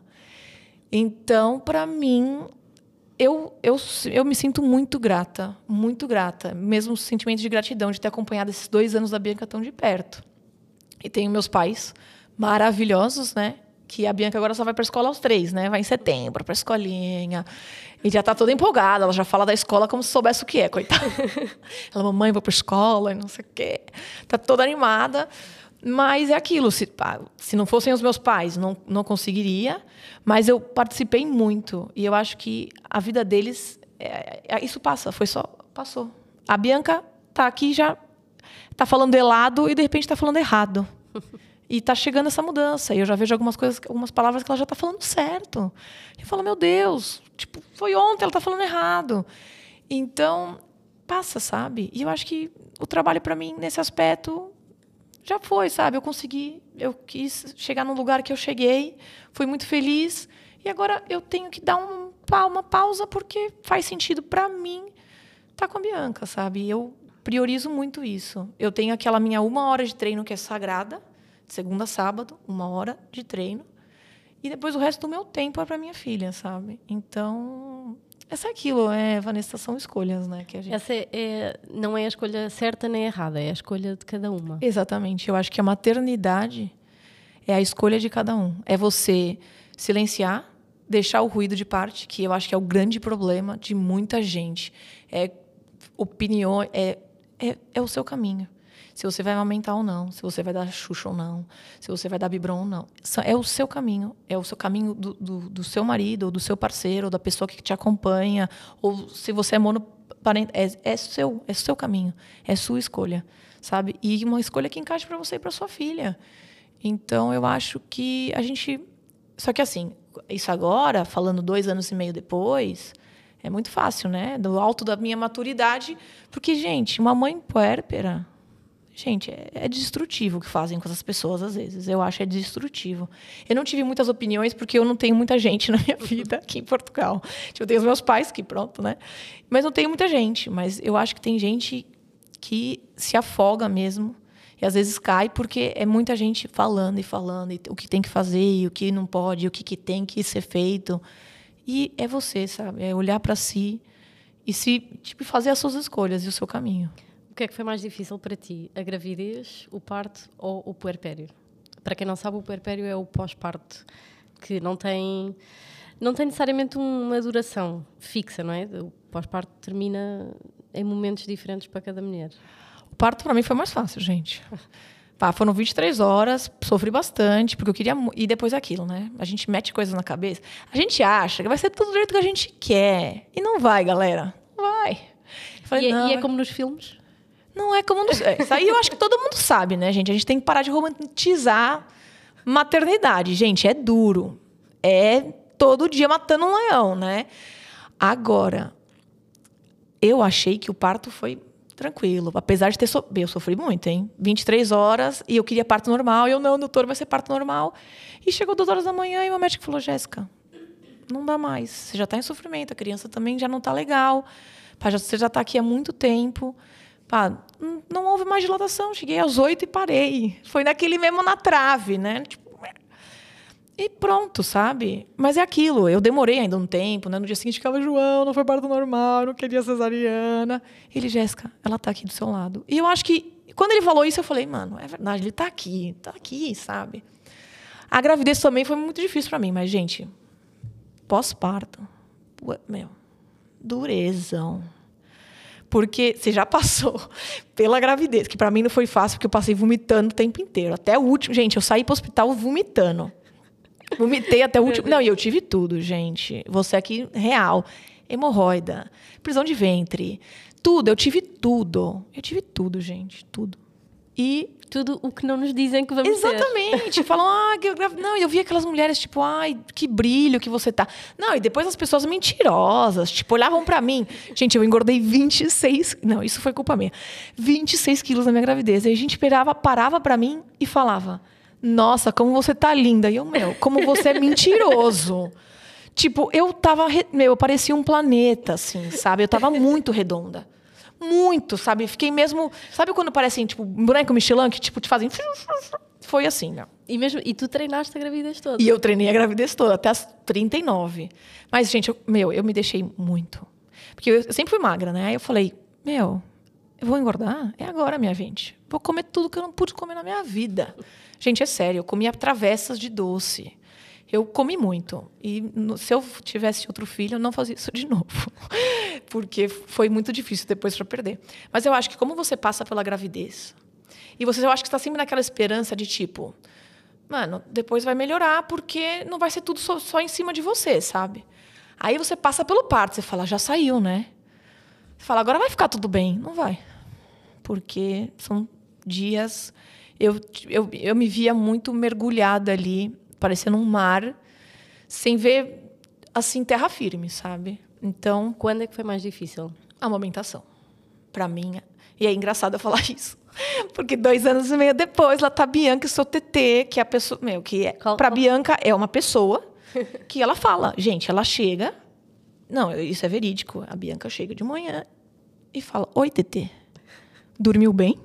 Então, para mim... Eu me sinto muito grata, mesmo o sentimento de gratidão de ter acompanhado esses 2 anos da Bianca tão de perto. E tenho meus pais maravilhosos, né? Que a Bianca agora só vai para a escola aos 3, né? Vai em setembro para a escolinha. E já está toda empolgada, ela já fala da escola como se soubesse o que é, coitada. Ela, mamãe, vou para a escola e não sei o quê. Está toda animada. Mas é aquilo, se não fossem os meus pais, não conseguiria. Mas eu participei muito. E eu acho que a vida deles, isso passou. A Bianca está aqui já, está falando de lado e de repente está falando errado. E está chegando essa mudança. E eu já vejo algumas palavras que ela já está falando certo. Eu falo, meu Deus, foi ontem, ela está falando errado. Então, passa, sabe? E eu acho que o trabalho para mim, nesse aspecto... Já foi, sabe? Eu quis chegar num lugar que eu cheguei, fui muito feliz, e agora eu tenho que dar uma pausa porque faz sentido para mim estar com a Bianca, sabe? E eu priorizo muito isso. Eu tenho aquela minha 1 hora de treino que é sagrada, de segunda a sábado, 1 hora de treino, e depois o resto do meu tempo é para minha filha, sabe? Então... Essa é aquilo, Vanessa, são escolhas, né? Que a gente... Essa não é a escolha certa nem errada, é a escolha de cada uma. Exatamente. Eu acho que a maternidade é a escolha de cada um. É você silenciar, deixar o ruído de parte, que eu acho que é o grande problema de muita gente. Opinião, é o seu caminho. Se você vai amamentar ou não, se você vai dar Xuxa ou não, se você vai dar biberon ou não. É o seu caminho. É o seu caminho do seu marido, ou do seu parceiro, ou da pessoa que te acompanha. Ou se você é monoparente. É seu caminho. É sua escolha, sabe? E uma escolha que encaixe para você e para sua filha. Então, eu acho que a gente... Só que, assim, isso agora, falando 2 anos e meio depois... É muito fácil, né? Do alto da minha maturidade. Porque, gente, uma mãe puérpera... Gente, é destrutivo o que fazem com essas pessoas, às vezes. Eu acho destrutivo. Eu não tive muitas opiniões, porque eu não tenho muita gente na minha vida aqui em Portugal. Eu tenho os meus pais, que pronto, né? Mas não tenho muita gente. Mas eu acho que tem gente que se afoga mesmo. E, às vezes, cai, porque é muita gente falando, e o que tem que fazer, e o que não pode, e o que tem que ser feito. E é você, sabe? É olhar para si e fazer as suas escolhas e o seu caminho. O que é que foi mais difícil para ti? A gravidez, o parto ou o puerpério? Para quem não sabe, o puerpério é o pós-parto, que não tem necessariamente uma duração fixa, não é? O pós-parto termina em momentos diferentes para cada mulher. O parto, para mim, foi mais fácil, gente. Foram 23 horas, sofri bastante, porque eu queria... E depois aquilo, né? A gente mete coisas na cabeça. A gente acha que vai ser tudo do jeito que a gente quer. E não vai, galera. Não vai. Falei, e é como nos filmes? Não é como... Isso aí eu acho que todo mundo sabe, né, gente? A gente tem que parar de romantizar maternidade. Gente, é duro. É todo dia matando um leão, né? Agora, eu achei que o parto foi tranquilo. Apesar de eu sofri muito, hein? 23 horas e eu queria parto normal. E eu, não, doutor, vai ser parto normal. E chegou 2 horas da manhã e o médico falou, Jéssica, não dá mais. Você já está em sofrimento. A criança também já não está legal. Você já está aqui há muito tempo. Não houve mais dilatação. Cheguei às 8 e parei. Foi naquele mesmo na trave, né? E pronto, sabe? Mas é aquilo, eu demorei ainda um tempo, né? No dia seguinte ficava, João, não foi parto normal, eu não queria cesariana. Ele, Jéssica, ela tá aqui do seu lado. E eu acho que, quando ele falou isso, eu falei, mano, é verdade, ele tá aqui, sabe? A gravidez também foi muito difícil pra mim, mas, gente, pós-parto, meu, durezão. Porque você já passou pela gravidez, que pra mim não foi fácil, porque eu passei vomitando o tempo inteiro. Até o último, gente, eu saí pro hospital vomitando. Vomitei até o último. Não, e eu tive tudo, gente. Você aqui, real. Hemorroida, prisão de ventre. Tudo, eu tive tudo. Eu tive tudo, gente. Tudo. E tudo o que não nos dizem que vamos exatamente. ter. Falam, não, eu vi aquelas mulheres, tipo, ai, que brilho que você tá. Não, e depois as pessoas mentirosas, tipo, olhavam pra mim. Gente, eu engordei 26... Não, isso foi culpa minha. 26 quilos na minha gravidez. Aí a gente parava pra mim e falava, nossa, como você tá linda. E eu, como você é mentiroso. Tipo, eu parecia um planeta, assim, sabe? Eu tava muito redonda. Muito, sabe? Fiquei mesmo... Sabe quando parece, assim, tipo, um boneco Michelin que, tipo, te fazem... Foi assim, né? E tu treinaste a gravidez toda? E eu treinei a gravidez toda, até as 39. Mas, gente, eu me deixei muito. Porque eu sempre fui magra, né? Aí eu falei, eu vou engordar? É agora, minha gente. Vou comer tudo que eu não pude comer na minha vida. Gente, é sério, eu comia travessas de doce. Eu comi muito. E se eu tivesse outro filho, eu não fazia isso de novo. Porque foi muito difícil depois para perder. Mas eu acho que como você passa pela gravidez, e eu acho que está sempre naquela esperança de tipo, mano, depois vai melhorar, porque não vai ser tudo só em cima de você, sabe? Aí você passa pelo parto, você fala, já saiu, né? Você fala, agora vai ficar tudo bem. Não vai. Porque são dias... Eu me via muito mergulhada ali, parecendo um mar, sem ver, assim, terra firme, sabe? Então... Quando é que foi mais difícil? A amamentação. Pra mim... E é engraçado eu falar isso. Porque 2 anos e meio depois, lá tá a Bianca e seu TT, que é a pessoa... Pra Bianca, é uma pessoa que ela fala. Gente, ela chega... Não, isso é verídico. A Bianca chega de manhã e fala, oi, TT. Dormiu bem?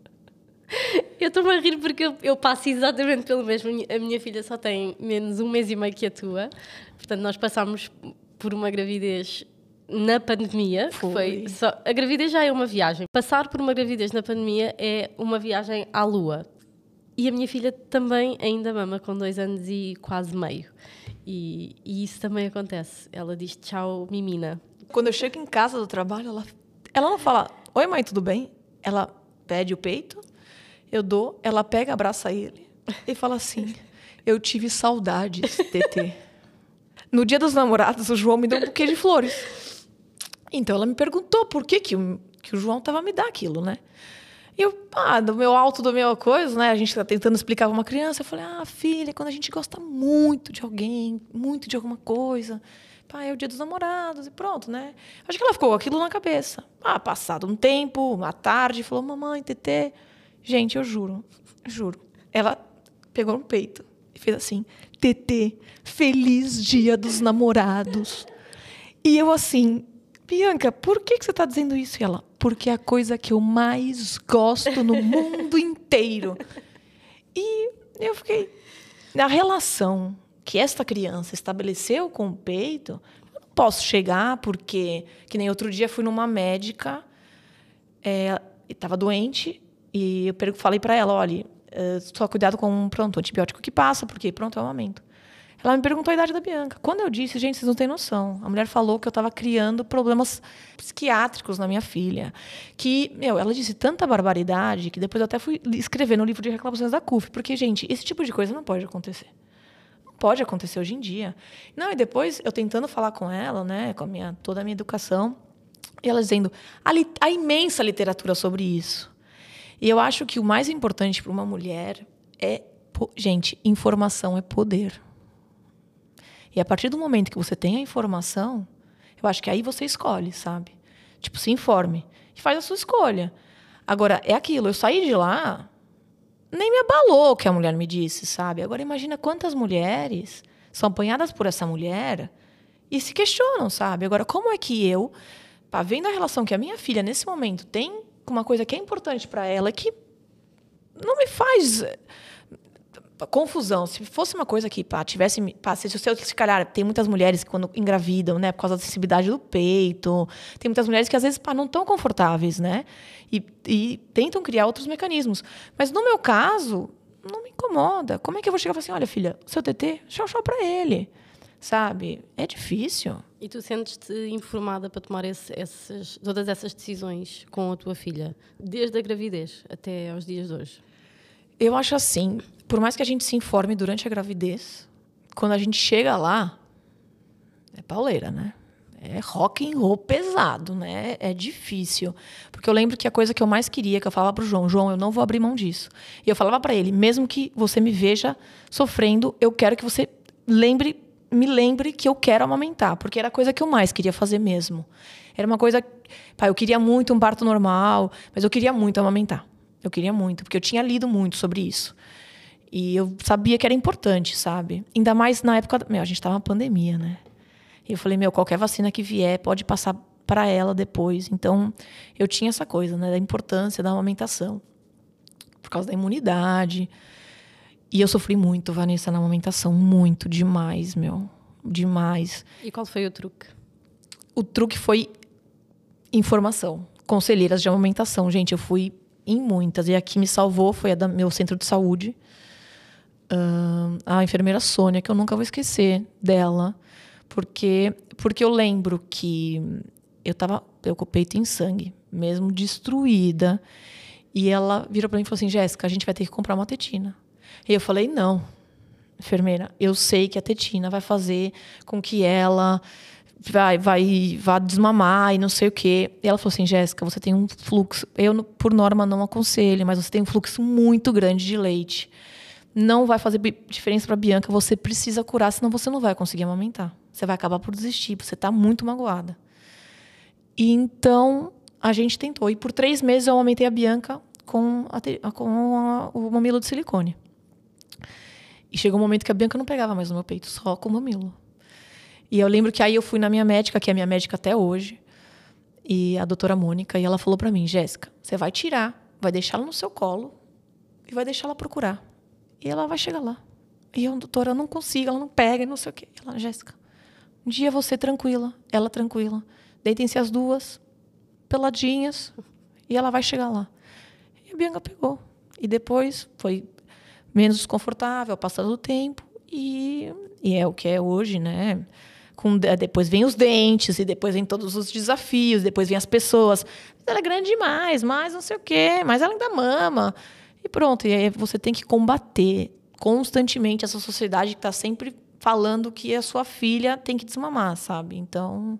Eu estou-me a rir porque eu passo exatamente pelo mesmo. A minha filha só tem menos 1 mês e meio que a tua. Portanto, nós passámos por uma gravidez na pandemia. A gravidez já é uma viagem. Passar por uma gravidez na pandemia é uma viagem à lua. E a minha filha também ainda mama com 2 anos e quase meio. E isso também acontece. Ela diz tchau, mimina. Quando eu chego em casa do trabalho, ela não fala, oi, mãe, tudo bem? Ela pede o peito, eu dou, ela pega, abraça ele e fala assim, eu tive saudades, TT. No dia dos namorados, o João me deu um buquê de flores. Então, ela me perguntou por que o João estava me dar aquilo, né? E eu, do meu alto, do meu coisa, né? A gente tá tentando explicar para uma criança. Eu falei, filha, quando a gente gosta muito de alguém, muito de alguma coisa, é o dia dos namorados e pronto, né? Acho que ela ficou com aquilo na cabeça. Passado um tempo, à tarde, falou, mamãe, TT. Gente, eu juro. Ela pegou no peito e fez assim, TT, feliz dia dos namorados. E eu assim, Bianca, por que você está dizendo isso? E ela, porque é a coisa que eu mais gosto no mundo inteiro. E eu fiquei... Na relação que esta criança estabeleceu com o peito, eu não posso chegar porque... Que nem outro dia fui numa médica, estava doente, e eu falei para ela, olha, só cuidado com o antibiótico que passa, porque pronto, é o aumento. Ela me perguntou a idade da Bianca. Quando eu disse, gente, vocês não têm noção. A mulher falou que eu estava criando problemas psiquiátricos na minha filha. Que, ela disse tanta barbaridade que depois eu até fui escrever no livro de reclamações da CUF. Porque, gente, esse tipo de coisa não pode acontecer. Não pode acontecer hoje em dia. Não, e depois eu tentando falar com ela, né, com toda a minha educação, e ela dizendo a imensa literatura sobre isso. E eu acho que o mais importante para uma mulher é... Gente, informação é poder. E a partir do momento que você tem a informação, eu acho que aí você escolhe, sabe? Tipo, se informe e faz a sua escolha. Agora, é aquilo, eu saí de lá, nem me abalou o que a mulher me disse, sabe? Agora, imagina quantas mulheres são apanhadas por essa mulher e se questionam, sabe? Agora, como é que eu, vendo a relação que a minha filha, nesse momento, tem com uma coisa que é importante para ela, que não me faz... confusão. Se fosse uma coisa que, tivesse... se calhar, tem muitas mulheres que quando engravidam, né? Por causa da sensibilidade do peito. Tem muitas mulheres que, às vezes, não estão confortáveis, né? E tentam criar outros mecanismos. Mas, no meu caso, não me incomoda. Como é que eu vou chegar e falar assim, olha, filha, seu TT, tchau pra ele. Sabe? É difícil. E tu sentes-te informada para tomar todas essas decisões com a tua filha, desde a gravidez até aos dias de hoje? Eu acho assim, por mais que a gente se informe durante a gravidez, quando a gente chega lá, é pauleira, né? É rock and roll pesado, né? É difícil. Porque eu lembro que a coisa que eu mais queria, que eu falava pro João, eu não vou abrir mão disso. E eu falava para ele, mesmo que você me veja sofrendo, eu quero que você me lembre que eu quero amamentar, porque era a coisa que eu mais queria fazer mesmo. Era uma coisa... eu queria muito um parto normal, mas eu queria muito amamentar. Eu queria muito, porque eu tinha lido muito sobre isso. E eu sabia que era importante, sabe? Ainda mais na época... a gente estava na pandemia, né? E eu falei, qualquer vacina que vier pode passar para ela depois. Então, eu tinha essa coisa, né? Da importância da amamentação. Por causa da imunidade. E eu sofri muito, Vanessa, na amamentação. Muito, demais, demais. E qual foi o truque? O truque foi informação. Conselheiras de amamentação. Gente, eu fui em muitas. E a que me salvou foi a do meu centro de saúde. A enfermeira Sônia, que eu nunca vou esquecer dela. Porque eu lembro que eu estava com o peito em sangue, mesmo destruída. E ela virou para mim e falou assim, Jéssica, a gente vai ter que comprar uma tetina. E eu falei, não, enfermeira, eu sei que a tetina vai fazer com que ela vá desmamar e não sei o quê. E ela falou assim, Jéssica, você tem um fluxo, eu por norma não aconselho, mas você tem um fluxo muito grande de leite. Não vai fazer diferença para a Bianca, você precisa curar, senão você não vai conseguir amamentar. Você vai acabar por desistir, você está muito magoada. E então, a gente tentou. E por 3 meses eu amamentei a Bianca com o mamilo de silicone. E chegou um momento que a Bianca não pegava mais no meu peito, só com o mamilo. E eu lembro que aí eu fui na minha médica, que é a minha médica até hoje, e a doutora Mônica, e ela falou para mim, Jéssica, você vai tirar, vai deixar ela no seu colo e vai deixar ela procurar. E ela vai chegar lá. E eu, doutora, eu não consigo, ela não pega, não sei o quê. Ela, Jéssica, um dia você tranquila, ela tranquila. Deitem-se as duas, peladinhas, e ela vai chegar lá. E a Bianca pegou. E depois foi menos desconfortável, ao passar do tempo. E é o que é hoje, né? Depois vem os dentes, e depois vem todos os desafios, depois vem as pessoas. Ela é grande demais, mas não sei o quê, mas ela ainda mama. E pronto, e aí você tem que combater constantemente essa sociedade que está sempre falando que a sua filha tem que desmamar, sabe? Então,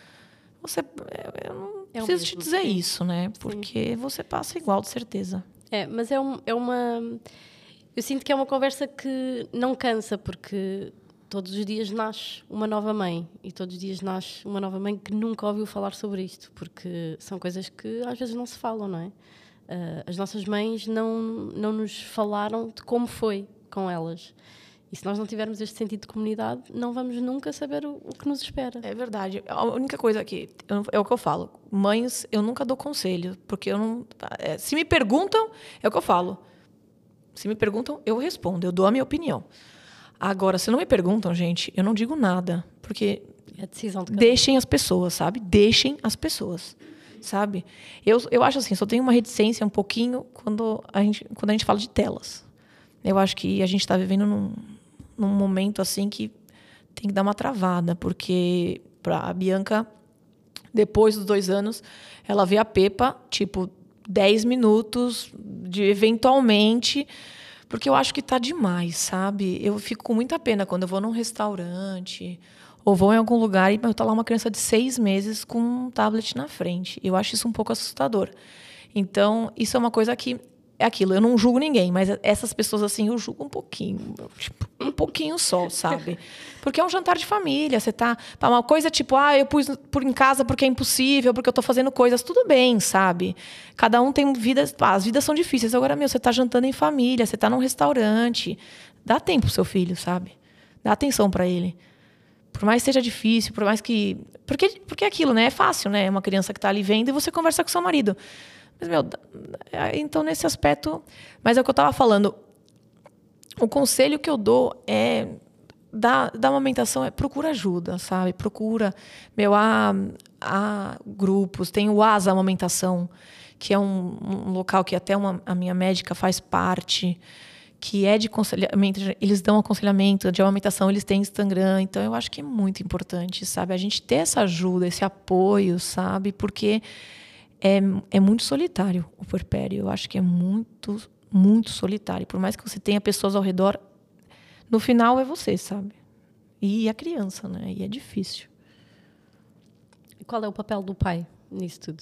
eu não preciso te dizer isso, né? Porque você passa igual, de certeza. Mas é uma... Eu sinto que é uma conversa que não cansa, porque todos os dias nasce uma nova mãe. E todos os dias nasce uma nova mãe que nunca ouviu falar sobre isto, porque são coisas que às vezes não se falam, não é? As nossas mães não nos falaram de como foi com elas. E se nós não tivermos este sentido de comunidade, não vamos nunca saber o que nos espera. É verdade. A única coisa que... é o que eu falo. Mães, eu nunca dou conselho. Porque eu não... se me perguntam, é o que eu falo. Se me perguntam, eu respondo. Eu dou a minha opinião. Agora, se não me perguntam, gente, eu não digo nada. Porque... é a decisão de cada um. Deixem as pessoas, sabe? Deixem as pessoas. Sabe? Eu acho assim, só tenho uma reticência um pouquinho quando a gente fala de telas. Eu acho que a gente está vivendo num momento assim que tem que dar uma travada, porque a Bianca, depois dos 2 anos, ela vê a Pepa, 10 minutos, eventualmente, porque eu acho que está demais, sabe? Eu fico com muita pena quando eu vou num restaurante... ou vou em algum lugar e está lá uma criança de 6 meses com um tablet na frente. Eu acho isso um pouco assustador. Então, isso é uma coisa que... é aquilo, eu não julgo ninguém, mas essas pessoas, assim, eu julgo um pouquinho. Um pouquinho só, sabe? Porque é um jantar de família, você tá... uma coisa eu pus em casa porque é impossível, porque eu estou fazendo coisas, tudo bem, sabe? Cada um tem vidas... as vidas são difíceis. Agora, você está jantando em família, você está num restaurante. Dá tempo pro seu filho, sabe? Dá atenção para ele. Por mais que seja difícil, por mais que... Porque é aquilo, né? É fácil, né? Uma criança que está ali vendo e você conversa com seu marido. Mas, então, nesse aspecto... Mas é o que eu estava falando. O conselho que eu dou é da amamentação procura ajuda, sabe? Procura, há grupos, tem o Asa Amamentação, que é um local que até a minha médica faz parte, que é de aconselhamento, eles dão aconselhamento de amamentação, eles têm Instagram, então eu acho que é muito importante, sabe? A gente ter essa ajuda, esse apoio, sabe? Porque é muito solitário o puerpério, eu acho que é muito, muito solitário. Por mais que você tenha pessoas ao redor, no final é você, sabe? E a criança, né? E é difícil. E qual é o papel do pai nisso tudo?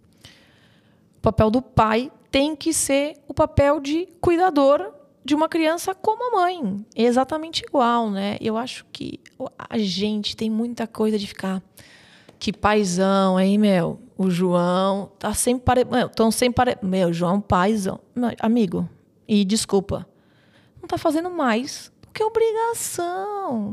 O papel do pai tem que ser o papel de cuidador de uma criança como a mãe. É exatamente igual, né? Eu acho que a gente tem muita coisa de ficar... Que paizão, hein, meu? O João tá sempre... Meu, João é um paizão. Amigo, e desculpa, não tá fazendo mais do que obrigação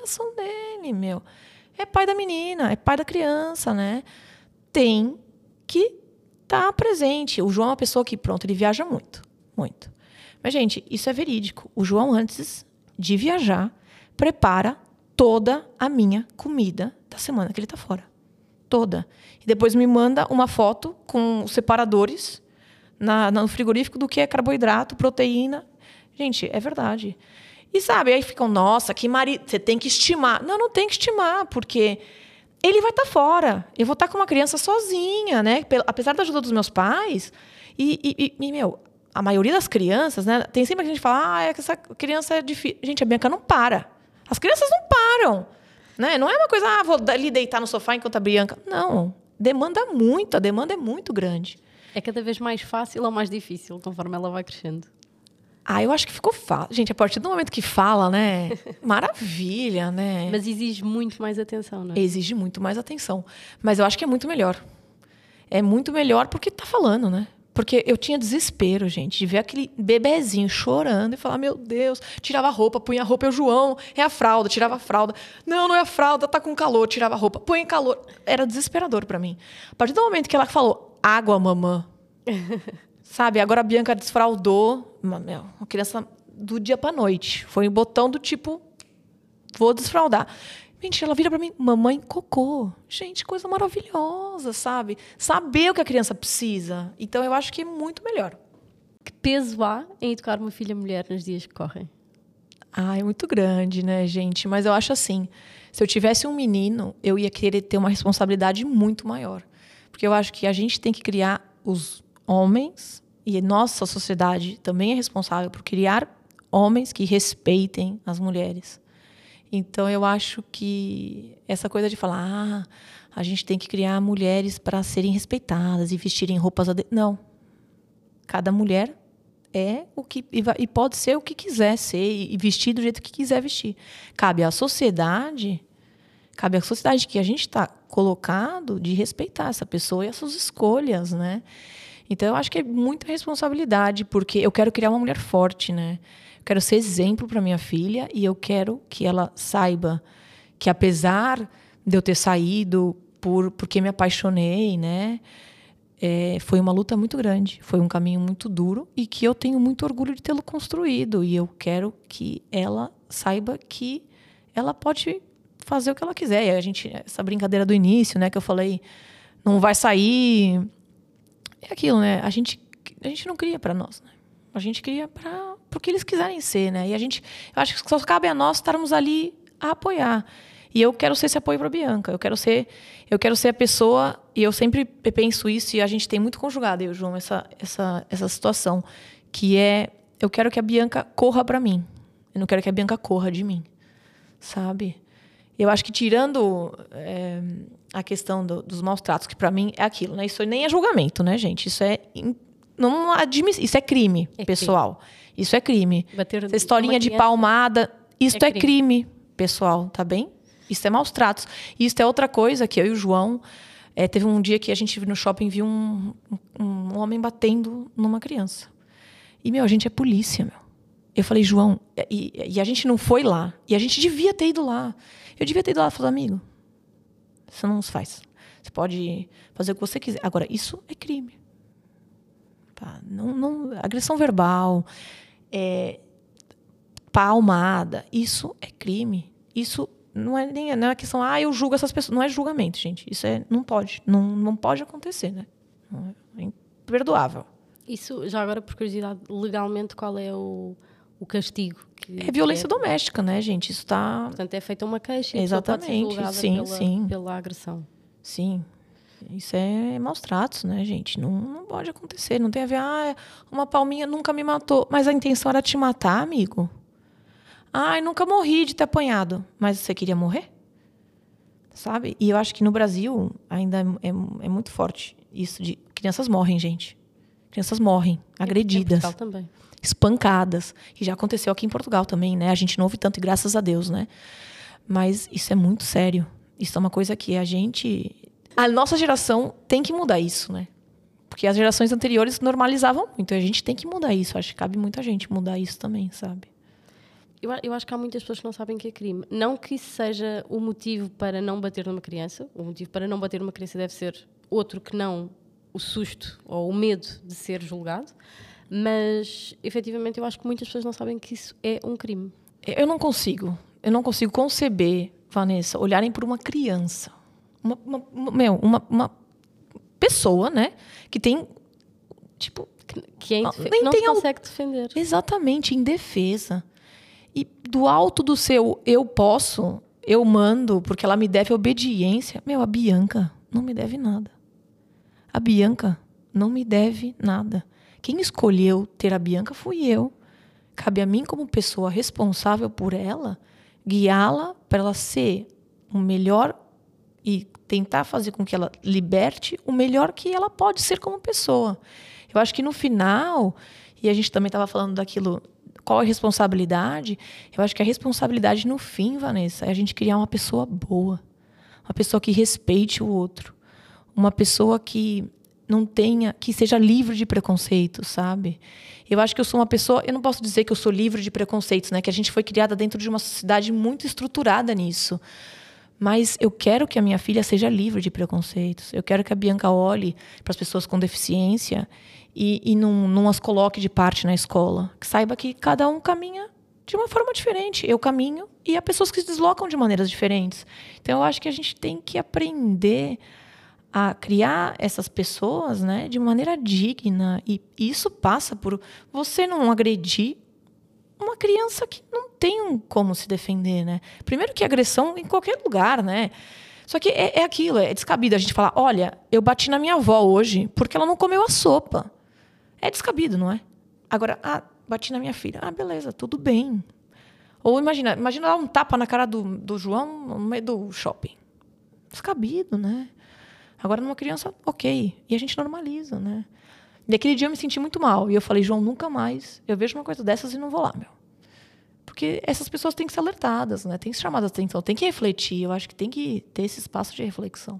dele, meu. É pai da menina, é pai da criança, né? Tem que estar presente. O João é uma pessoa que, pronto, ele viaja muito, muito. Mas, gente, isso é verídico. O João, antes de viajar, prepara toda a minha comida da semana que ele tá fora. Toda. E depois me manda uma foto com os separadores no frigorífico do que é carboidrato, proteína. Gente, é verdade. E sabe, aí ficam, nossa, que marido, você tem que estimar. Não tem que estimar, porque ele vai estar fora. Eu vou estar com uma criança sozinha, né? Apesar da ajuda dos meus pais. Meu, a maioria das crianças, né? Tem sempre que a gente fala, essa criança é difícil. Gente, a Bianca não para. As crianças não param. Né? Não é uma coisa, vou ali deitar no sofá enquanto a Bianca... Não, a demanda é muito grande. É cada vez mais fácil ou mais difícil, conforme ela vai crescendo? Eu acho que ficou fácil. Gente, a partir do momento que fala, né? Maravilha, né? Mas exige muito mais atenção, não é? Exige muito mais atenção. Mas eu acho que é muito melhor. É muito melhor porque tá falando, né? Porque eu tinha desespero, gente, de ver aquele bebezinho chorando e falar, meu Deus, tirava a roupa, punha a roupa, é o João, é a fralda, tirava a fralda. Não é a fralda, tá com calor, tirava a roupa, põe em calor. Era desesperador pra mim. A partir do momento que ela falou, água, mamã, sabe? Agora a Bianca desfraldou, a criança do dia pra noite. Foi um botão do tipo, vou desfraldar. Gente, ela vira pra mim, mamãe cocô. Gente, coisa maravilhosa, sabe? Saber o que a criança precisa. Então, eu acho que é muito melhor. Que peso há em educar uma filha mulher nos dias que correm? É muito grande, né, gente? Mas eu acho assim, se eu tivesse um menino, eu ia querer ter uma responsabilidade muito maior. Porque eu acho que a gente tem que criar os homens, e nossa sociedade também é responsável por criar homens que respeitem as mulheres. Então, eu acho que essa coisa de falar a gente tem que criar mulheres para serem respeitadas e vestirem roupas... Não. Cada mulher é o que... E pode ser o que quiser ser e vestir do jeito que quiser vestir. Cabe à sociedade que a gente está colocado de respeitar essa pessoa e as suas escolhas, né? Então, eu acho que é muita responsabilidade, porque eu quero criar uma mulher forte, né? Quero ser exemplo para minha filha e eu quero que ela saiba que, apesar de eu ter saído porque me apaixonei, né, foi uma luta muito grande, foi um caminho muito duro e que eu tenho muito orgulho de tê-lo construído. E eu quero que ela saiba que ela pode fazer o que ela quiser. E essa brincadeira do início, né, que eu falei, não vai sair... É aquilo, né? A gente não cria para nós, né? A gente cria para o que eles quiserem ser, né? E eu acho que só cabe a nós estarmos ali a apoiar. E eu quero ser esse apoio para a Bianca. Eu quero ser a pessoa, e eu sempre penso isso, e a gente tem muito conjugado, eu e o João, essa situação, que é, eu quero que a Bianca corra para mim. Eu não quero que a Bianca corra de mim, sabe? Eu acho que tirando a questão dos maus tratos, que para mim é aquilo, né? Isso nem é julgamento, né, gente? Isso é... Isso é crime, pessoal. Crime. Isso é crime. Essa historinha de palmada, isso é crime, pessoal, tá bem? Isso é maus tratos. Isso é outra coisa que eu e o João... teve um dia que a gente no shopping viu um homem batendo numa criança. E, a gente é polícia, meu. Eu falei, João... E a gente não foi lá. E a gente devia ter ido lá. Eu devia ter ido lá e falar, amigo, isso não se faz. Você pode fazer o que você quiser. Agora, isso é crime. Tá? Não, agressão verbal, palmada, isso é crime. Isso não é questão, eu julgo essas pessoas. Não é julgamento, gente. Isso não pode. Não pode acontecer, né? É imperdoável. Isso, já agora, por curiosidade, legalmente, qual é o castigo? É violência doméstica, né, gente? Isso está... Portanto, é feita uma queixa e Exatamente, pode ser julgada sim. pela agressão. Sim. Isso é maus tratos, né, gente? Não pode acontecer. Não tem a ver, uma palminha nunca me matou. Mas a intenção era te matar, amigo. Nunca morri de ter apanhado. Mas você queria morrer? Sabe? E eu acho que no Brasil ainda é muito forte isso de... Crianças morrem, gente. Crianças morrem, agredidas. Em Portugal também. Espancadas. E já aconteceu aqui em Portugal também, né? A gente não ouve tanto, e graças a Deus, né? Mas isso é muito sério. Isso é uma coisa que a nossa geração tem que mudar isso, né? Porque as gerações anteriores normalizavam muito. A gente tem que mudar isso. Acho que cabe muita gente mudar isso também, sabe? Eu acho que há muitas pessoas que não sabem que é crime. Não que isso seja o motivo para não bater numa criança. O motivo para não bater numa criança deve ser outro que não o susto ou o medo de ser julgado. Mas, efetivamente, eu acho que muitas pessoas não sabem que isso é um crime. Eu não consigo conceber, Vanessa, olharem por uma criança. Uma pessoa, né? Que tem, tipo... Que não se consegue defender. Exatamente, indefesa. E do alto do seu eu posso, eu mando, porque ela me deve obediência. A Bianca não me deve nada. A Bianca não me deve nada. Quem escolheu ter a Bianca fui eu. Cabe a mim, como pessoa responsável por ela, guiá-la para ela ser o melhor e tentar fazer com que ela liberte o melhor que ela pode ser como pessoa. Eu acho que no final, e a gente também estava falando daquilo, qual é a responsabilidade? Eu acho que a responsabilidade no fim, Vanessa, é a gente criar uma pessoa boa, uma pessoa que respeite o outro, uma pessoa que que seja livre de preconceito, sabe? Eu acho que eu sou uma pessoa, eu não posso dizer que eu sou livre de preconceitos, né? Que a gente foi criada dentro de uma sociedade muito estruturada nisso. Mas eu quero que a minha filha seja livre de preconceitos. Eu quero que a Bianca olhe para as pessoas com deficiência e não as coloque de parte na escola. Que saiba que cada um caminha de uma forma diferente. Eu caminho e há pessoas que se deslocam de maneiras diferentes. Então, eu acho que a gente tem que aprender a criar essas pessoas, né, de maneira digna. E isso passa por você não agredir uma criança que não tem como se defender, né? Primeiro que agressão em qualquer lugar, né? Só que é aquilo, é descabido a gente falar, olha, eu bati na minha avó hoje porque ela não comeu a sopa. É descabido, não é? Agora, bati na minha filha. Beleza, tudo bem. Ou imagina dar um tapa na cara do João no meio do shopping. Descabido, né? Agora, numa criança, ok. E a gente normaliza, né? E aquele dia eu me senti muito mal. E eu falei, João, nunca mais eu vejo uma coisa dessas e não vou lá, meu. Porque essas pessoas têm que ser alertadas, né? Tem que ser chamadas de atenção, tem que refletir. Eu acho que tem que ter esse espaço de reflexão.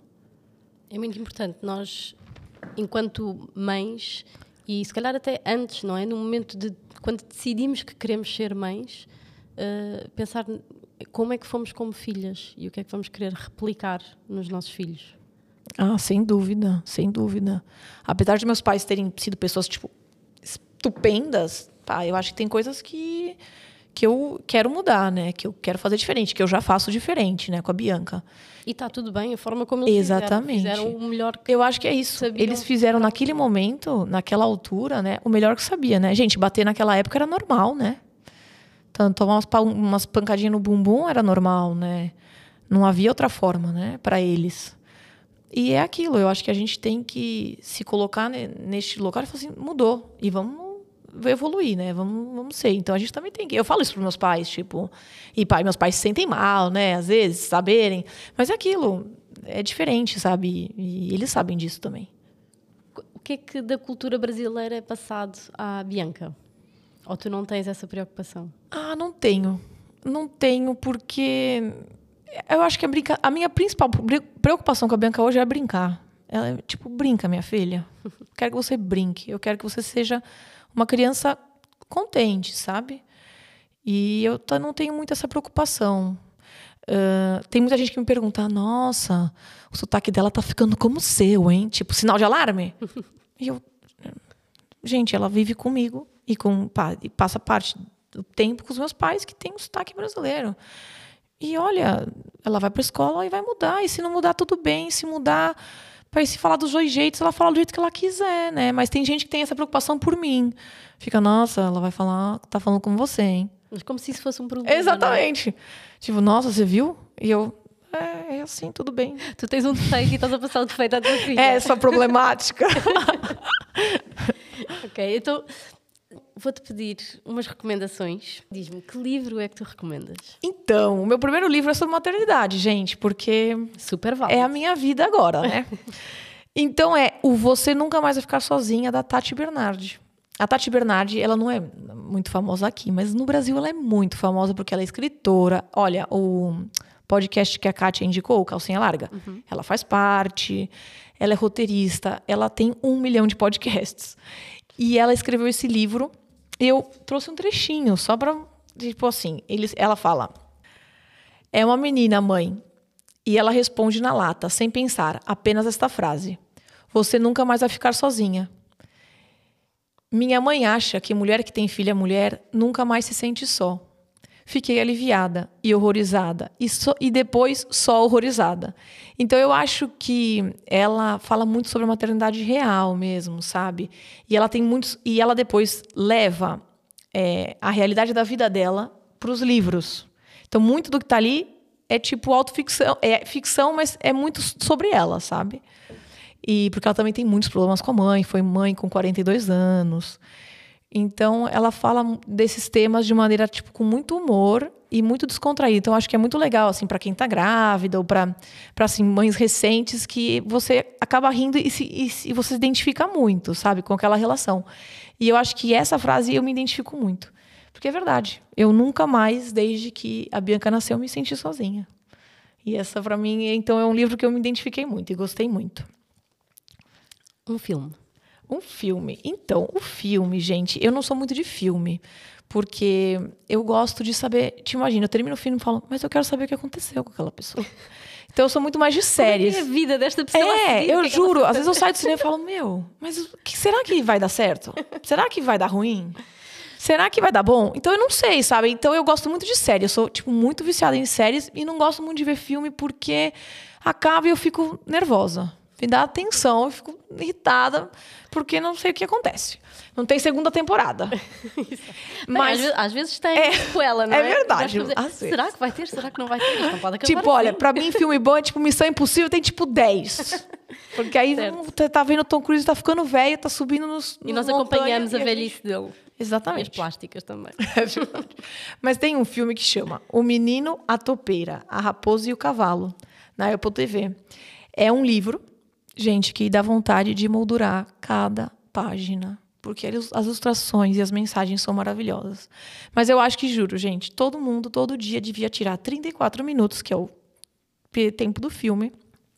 É muito importante nós, enquanto mães, e se calhar até antes, não é? No momento quando decidimos que queremos ser mães, pensar como é que fomos como filhas e o que é que vamos querer replicar nos nossos filhos. Sem dúvida, sem dúvida. Apesar de meus pais terem sido pessoas, tipo, estupendas, eu acho que tem coisas que eu quero mudar, né? Que eu quero fazer diferente, que eu já faço diferente, né? Com a Bianca. E está tudo bem, a forma como eles fizeram o melhor que eu acho que é isso. Eles fizeram naquele momento, naquela altura, né? O melhor que sabia, né? Gente, bater naquela época era normal, né? Tanto tomar umas pancadinhas no bumbum era normal, né? Não havia outra forma, né? Para eles. E é aquilo, eu acho que a gente tem que se colocar neste local e falar assim, mudou, e vamos evoluir, né? Vamos ser. Então a gente também tem que... Eu falo isso para meus pais, tipo... meus pais se sentem mal, né? Às vezes, saberem. Mas é aquilo, é diferente, sabe? E eles sabem disso também. O que é que da cultura brasileira é passado à Bianca? Ou tu não tens essa preocupação? Não tenho. Não tenho, porque... Eu acho que a minha principal preocupação com a Bianca hoje é brincar. Ela é tipo, brinca, minha filha. Quero que você brinque. Eu quero que você seja uma criança contente, sabe? E eu não tenho muito essa preocupação. Tem muita gente que me pergunta, nossa, o sotaque dela tá ficando como o seu, hein? Tipo, sinal de alarme? E gente, ela vive comigo e passa parte o tempo com os meus pais que tem um sotaque brasileiro. E olha, ela vai pra escola e vai mudar. E se não mudar, tudo bem. Se mudar, para se falar dos dois jeitos, ela fala do jeito que ela quiser, né? Mas tem gente que tem essa preocupação por mim. Fica, nossa, ela vai falar, tá falando como você, hein? Mas como se isso fosse um problema. Exatamente. Tipo, nossa, você viu? E eu, é assim, tudo bem. Tu tens um defeito e estás a passar o defeito à tua filha. É, sua problemática. Ok, então vou-te pedir umas recomendações. Diz-me, que livro é que tu recomendas? Então, o meu primeiro livro é sobre maternidade, gente, porque Super válido. é a minha vida agora, né? Então o Você Nunca Mais Vai Ficar Sozinha, da Tati Bernardi. A Tati Bernardi, ela não é muito famosa aqui, mas no Brasil ela é muito famosa porque ela é escritora. Olha, o podcast que a Kátia indicou, o Calcinha Larga, ela faz parte, ela é roteirista, ela tem 1 milhão de podcasts. E ela escreveu esse livro. Eu trouxe um trechinho, só pra, tipo assim, ela fala: é uma menina, mãe, e ela responde na lata, sem pensar, apenas esta frase: você nunca mais vai ficar sozinha. Minha mãe acha que mulher que tem filha mulher nunca mais se sente só. Fiquei aliviada e horrorizada. E depois só horrorizada. Então, eu acho que ela fala muito sobre a maternidade real mesmo, sabe? E ela tem muitos. E ela depois leva a realidade da vida dela para os livros. Então, muito do que está ali é tipo autoficção. É ficção, mas é muito sobre ela, sabe? E porque ela também tem muitos problemas com a mãe. Foi mãe com 42 anos. Então, ela fala desses temas de maneira, tipo, com muito humor e muito descontraída. Então, acho que é muito legal, assim, para quem está grávida ou para assim, mães recentes, que você acaba rindo e você se identifica muito, sabe, com aquela relação. E eu acho que essa frase eu me identifico muito. Porque é verdade. Eu nunca mais, desde que a Bianca nasceu, me senti sozinha. E essa, para mim, então, é um livro que eu me identifiquei muito e gostei muito. Um filme. Um filme. Então, o filme, gente, eu não sou muito de filme, porque eu gosto de saber. Te imagina, eu termino o filme e falo, mas eu quero saber o que aconteceu com aquela pessoa. Então, eu sou muito mais de séries. Como é que é a vida desta pessoa? Eu juro. Às vezes eu saio do cinema e falo, mas será que vai dar certo? Será que vai dar ruim? Será que vai dar bom? Então, eu não sei, sabe? Então, eu gosto muito de série. Eu sou, tipo, muito viciada em séries e não gosto muito de ver filme porque acaba e eu fico nervosa. Me dá atenção, eu fico irritada, porque não sei o que acontece. Não tem segunda temporada. Mas às vezes tem sequela, não é? É verdade. Será que vai ter? Será que não vai ter? Isto não pode acabar tipo, olha, assim. pra mim, filme bom é tipo Missão Impossível, tem tipo 10. Porque aí você tá vendo o Tom Cruise, tá ficando velho, tá subindo nos E nós acompanhamos a velhice dele. Exatamente. E as plásticas também. É verdade. Mas tem um filme que chama O Menino, a Topeira, a Raposa e o Cavalo, na Apple TV. É um livro, gente, que dá vontade de moldurar cada página. Porque as ilustrações e as mensagens são maravilhosas. Mas eu acho que, juro, gente, todo mundo, todo dia, devia tirar 34 minutos, que é o tempo do filme,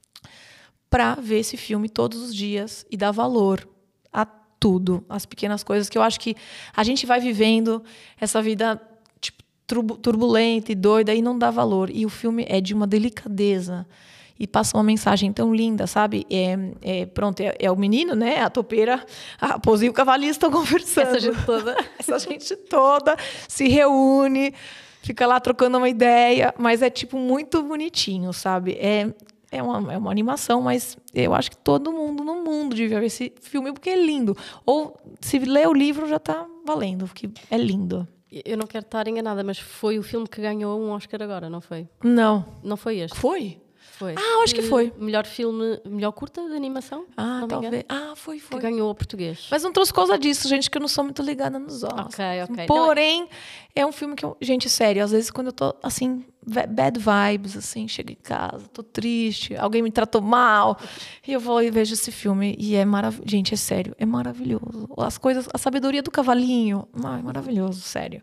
para ver esse filme todos os dias e dar valor a tudo, as pequenas coisas, que eu acho que a gente vai vivendo essa vida tipo, turbulenta e doida e não dá valor. E o filme é de uma delicadeza e passa uma mensagem tão linda, sabe? Pronto, é o menino, né? A topeira, a raposa e o cavalinho estão conversando. Essa gente toda se reúne, fica lá trocando uma ideia, mas é tipo muito bonitinho, sabe? É uma animação, mas eu acho que todo mundo no mundo devia ver esse filme, porque é lindo. Ou se ler o livro já está valendo, porque é lindo. Eu não quero estar enganada, mas foi o filme que ganhou um Oscar agora, não foi? Não. Não foi este? Foi? Foi. Ah, acho que foi. Melhor filme, melhor curta de animação? Ah, talvez. Ah, foi. Que ganhou o português. Mas não trouxe causa disso, gente, que eu não sou muito ligada nos Oscars. Ok. Porém, é um filme que eu... Gente, sério, às vezes quando eu tô, assim, bad vibes, assim, chego em casa, tô triste, alguém me tratou mal, e eu vou e vejo esse filme, e é maravilhoso. Gente, é sério, é maravilhoso. As coisas, a sabedoria do cavalinho, é maravilhoso, sério.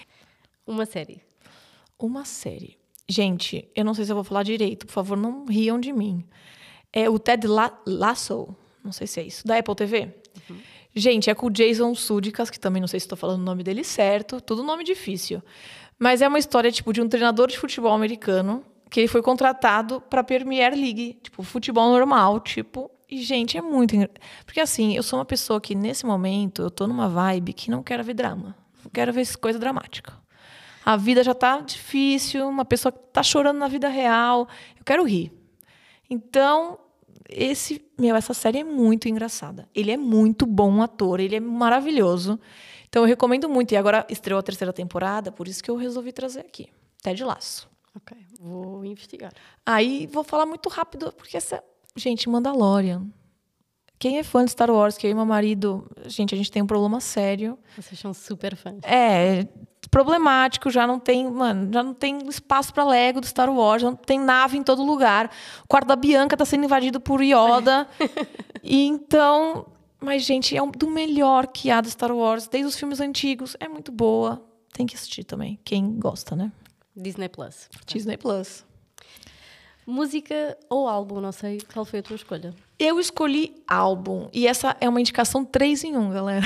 Uma série. Uma série. Gente, eu não sei se eu vou falar direito, por favor, não riam de mim. É o Ted Lasso, não sei se é isso, da Apple TV. Uhum. Gente, é com o Jason Sudeikis, que também não sei se estou falando o nome dele certo, tudo nome difícil. Mas é uma história tipo de um treinador de futebol americano, que ele foi contratado para a Premier League, tipo, futebol normal, tipo... E, gente, é muito... Porque, assim, eu sou uma pessoa que, nesse momento, eu tô numa vibe que não quero ver drama. quero ver coisa dramática. A vida já tá difícil, uma pessoa que tá chorando na vida real. Eu quero rir. Então, essa série é muito engraçada. Ele é muito bom ator, ele é maravilhoso. Então, eu recomendo muito. E agora estreou a 3ª temporada, por isso que eu resolvi trazer aqui. Ted Lasso. Ok, vou investigar. Aí, vou falar muito rápido, porque gente, Mandalorian. Quem é fã de Star Wars, que eu e meu marido... Gente, a gente tem um problema sério. Vocês são super fãs. É problemático, já não tem espaço para Lego do Star Wars, já não tem nave em todo lugar. O quarto da Bianca tá sendo invadido por Yoda. E então... Mas, gente, é do melhor que há do Star Wars, desde os filmes antigos. É muito boa. Tem que assistir também, quem gosta, né? Disney Plus. Disney Plus. Música ou álbum, não sei qual foi a tua escolha. Eu escolhi álbum. E essa é uma indicação 3 em 1, galera.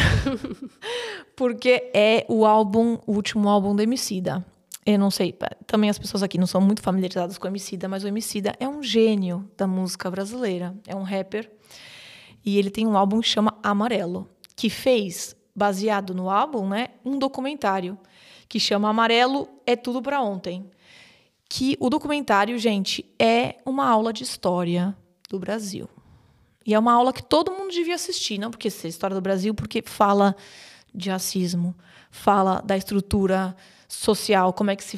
Porque é o último álbum do Emicida. Eu não sei, também as pessoas aqui não são muito familiarizadas com o Emicida, mas o Emicida é um gênio da música brasileira. É um rapper. E ele tem um álbum que chama Amarelo, que fez, baseado no álbum, né, um documentário que chama Amarelo é Tudo Pra Ontem. Que o documentário, gente, é uma aula de história do Brasil. E é uma aula que todo mundo devia assistir, não porque é história do Brasil, porque fala de racismo, fala da estrutura social, como é que se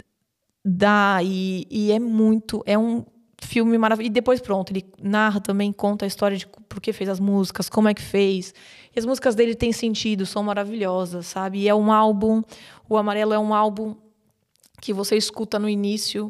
dá, e é um filme maravilhoso. E depois, pronto, ele narra também, conta a história de por que fez as músicas, como é que fez. E as músicas dele têm sentido, são maravilhosas, sabe? E é um álbum, o Amarelo é um álbum que você escuta no início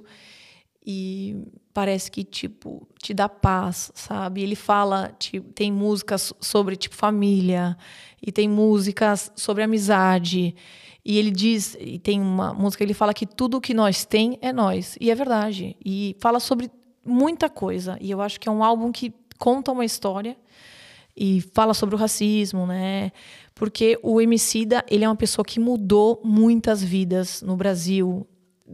e parece que, tipo, te dá paz, sabe? Ele fala, tipo, tem músicas sobre, tipo, família, e tem músicas sobre amizade, e ele diz, e tem uma música, ele fala que tudo que nós tem é nós, e é verdade, e fala sobre muita coisa, e eu acho que é um álbum que conta uma história, e fala sobre o racismo, né? Porque o Emicida, ele é uma pessoa que mudou muitas vidas no Brasil,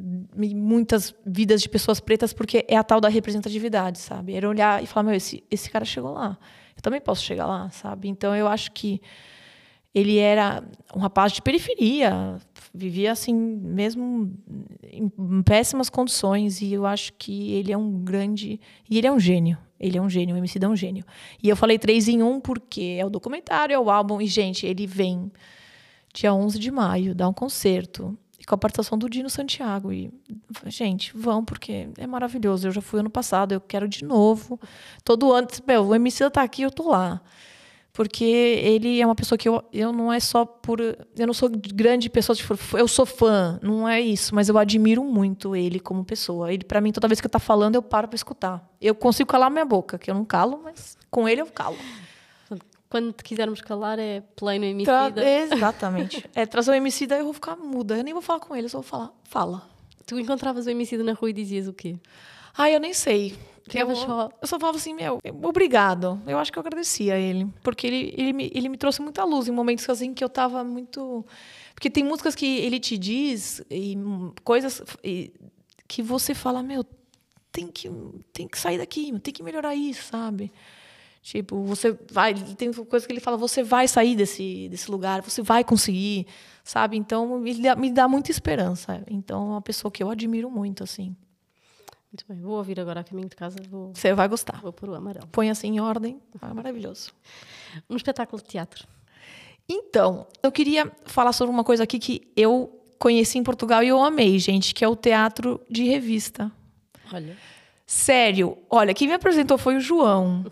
muitas vidas de pessoas pretas, porque é a tal da representatividade, sabe? Era olhar e falar, meu, esse cara chegou lá, eu também posso chegar lá, sabe? Então, eu acho que ele era um rapaz de periferia, vivia assim, mesmo em péssimas condições, e eu acho que ele é um grande... E ele é um gênio. Ele é um gênio, o Emicida é um gênio. E eu falei 3 em 1 porque é o documentário, é o álbum, e, gente, ele vem dia 11 de maio, dá um concerto, e com a participação do Dino Santiago. E, gente, vão, porque é maravilhoso. Eu já fui ano passado, eu quero de novo. Todo ano, o Emicida tá aqui, eu tô lá. Porque ele é uma pessoa que eu não é só por... Eu não sou grande pessoa, tipo, eu sou fã, não é isso. Mas eu admiro muito ele como pessoa. Ele, para mim, toda vez que eu tá falando, eu paro para escutar. Eu consigo calar minha boca, que eu não calo, mas com ele eu calo. Quando te quisermos calar, é play no Emicida. Exatamente. Trazer o Emicida, eu vou ficar muda. Eu nem vou falar com ele, eu só vou falar. Fala. Tu encontravas o Emicida na rua e dizias o quê? Eu nem sei. Eu só falava assim, obrigado. Eu acho que eu agradecia a ele. Porque ele me trouxe muita luz em momentos assim que eu tava muito... Porque tem músicas que ele te diz e coisas que você fala, tem que sair daqui, tem que melhorar isso, sabe? Tipo, você vai... Tem coisas que ele fala, você vai sair desse lugar, você vai conseguir, sabe? Então, me dá muita esperança. Então, é uma pessoa que eu admiro muito, assim. Muito bem, vou ouvir agora a caminho de casa. Você vai gostar. Vou pôr o Amarelo. Põe assim em ordem, é maravilhoso. Um espetáculo de teatro. Então, eu queria falar sobre uma coisa aqui que eu conheci em Portugal e eu amei, gente, que é o teatro de revista. Olha. Sério, olha, quem me apresentou foi o João.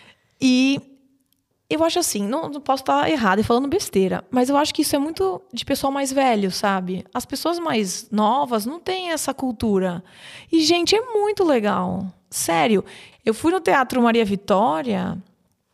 E eu acho assim, não posso estar errada e falando besteira, mas eu acho que isso é muito de pessoal mais velho, sabe? As pessoas mais novas não têm essa cultura. E, gente, é muito legal. Sério, eu fui no Teatro Maria Vitória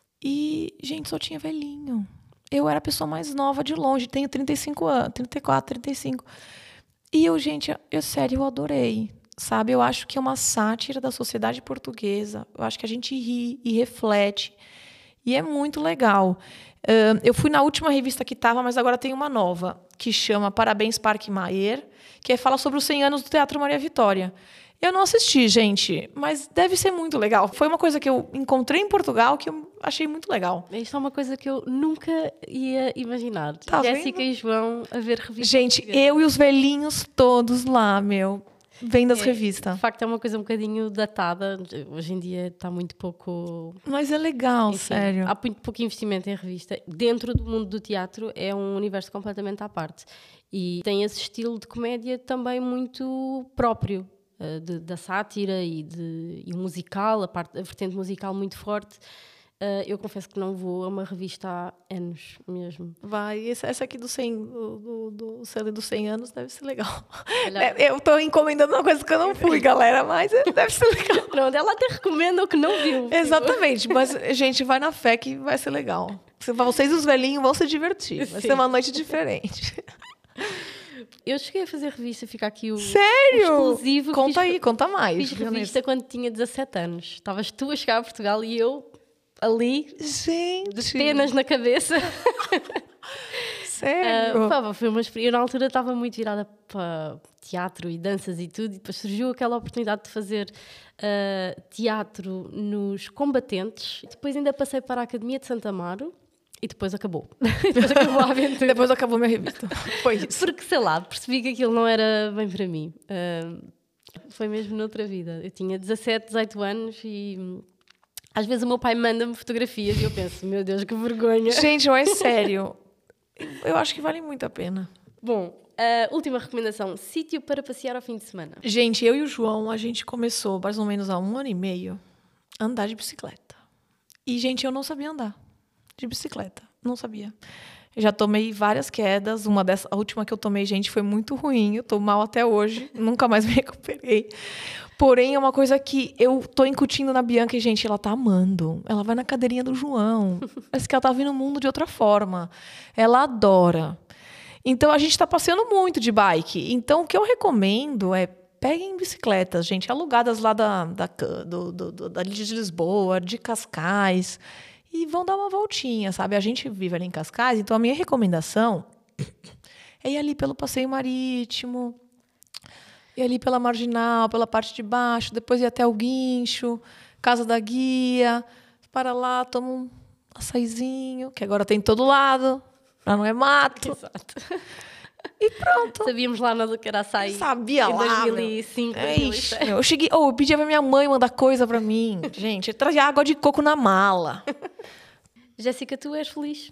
e, gente, só tinha velhinho. Eu era a pessoa mais nova de longe, tenho 35 anos, 34, 35. E sério, eu adorei. Sabe, eu acho que é uma sátira da sociedade portuguesa. Eu acho que a gente ri e reflete. E é muito legal. Eu fui na última revista que estava, mas agora tem uma nova, que chama Parabéns, Parque Maer, que fala sobre os 100 anos do Teatro Maria Vitória. Eu não assisti, gente, mas deve ser muito legal. Foi uma coisa que eu encontrei em Portugal que eu achei muito legal. Isto é uma coisa que eu nunca ia imaginar. Tá Jéssica vendo? e João a ver revistas. Gente, portuguesas. eu e os velhinhos todos lá, meu, vendo as De revistas. facto, é uma coisa um bocadinho datada. Hoje em dia está muito pouco... Mas é legal, Enfim, sério. há muito pouco investimento em revista. Dentro do mundo do teatro é um universo completamente à parte. E tem esse estilo de comédia também muito próprio, da sátira e o musical, a vertente musical muito forte. Eu confesso que não vou a uma revista há anos mesmo. Vai, essa aqui do 100, do Selo dos 100 anos deve ser legal. Olha, Eu tô encomendando uma coisa que eu não fui, galera, mas deve ser legal. pronto, ela até recomenda o que não viu. Exatamente, mas, gente, vai na fé que vai ser legal. Vocês e os velhinhos vão se divertir. Vai ser uma noite diferente. Eu cheguei a fazer revista, fica aqui o Sério? exclusivo. Conta aí, conta mais. Fiz revista quando tinha 17 anos. Estavas tu a chegar a Portugal e eu ali, Gente. de penas na cabeça. Sério? Foi uma experiência. Eu na altura estava muito virada para teatro e danças e tudo, e depois surgiu aquela oportunidade de fazer teatro nos Combatentes. Depois ainda passei para a Academia de Santa Amaro e depois acabou. Depois acabou a aventura. Depois acabou minha revista. Foi isso. Porque, sei lá, percebi que aquilo não era bem para mim. Foi mesmo noutra vida. Eu tinha 17, 18 anos e às vezes o meu pai manda-me fotografias e eu penso, meu Deus, que vergonha. Gente, mas sério, eu acho que vale muito a pena. Bom, última recomendação, sítio para passear ao fim de semana. Gente, eu e o João, a gente começou mais ou menos há 1 ano e meio a andar de bicicleta. E, gente, eu não sabia andar de bicicleta. Não sabia. Eu já tomei várias quedas. A última que eu tomei, gente, foi muito ruim. Eu tô mal até hoje. Nunca mais me recuperei. Porém, é uma coisa que eu tô incutindo na Bianca e, gente, ela tá amando. Ela vai na cadeirinha do João. Parece que ela tá vendo o mundo de outra forma. Ela adora. Então, a gente tá passeando muito de bike. Então, o que eu recomendo é peguem bicicletas, gente, alugadas lá da de Lisboa, de Cascais, e vão dar uma voltinha, sabe? A gente vive ali em Cascais, então a minha recomendação é ir ali pelo passeio marítimo, ir ali pela Marginal, pela parte de baixo, depois ir até o Guincho, Casa da Guia, para lá, toma um açaizinho, que agora tem em todo lado, já não é mato. Exato. E pronto. Sabíamos lá na que era açaí. Sabia em lá, 2005, É 2006. isso. Eu cheguei, eu pedia pra minha mãe mandar coisa pra mim. Gente, eu trazia água de coco na mala. Jéssica, tu és feliz?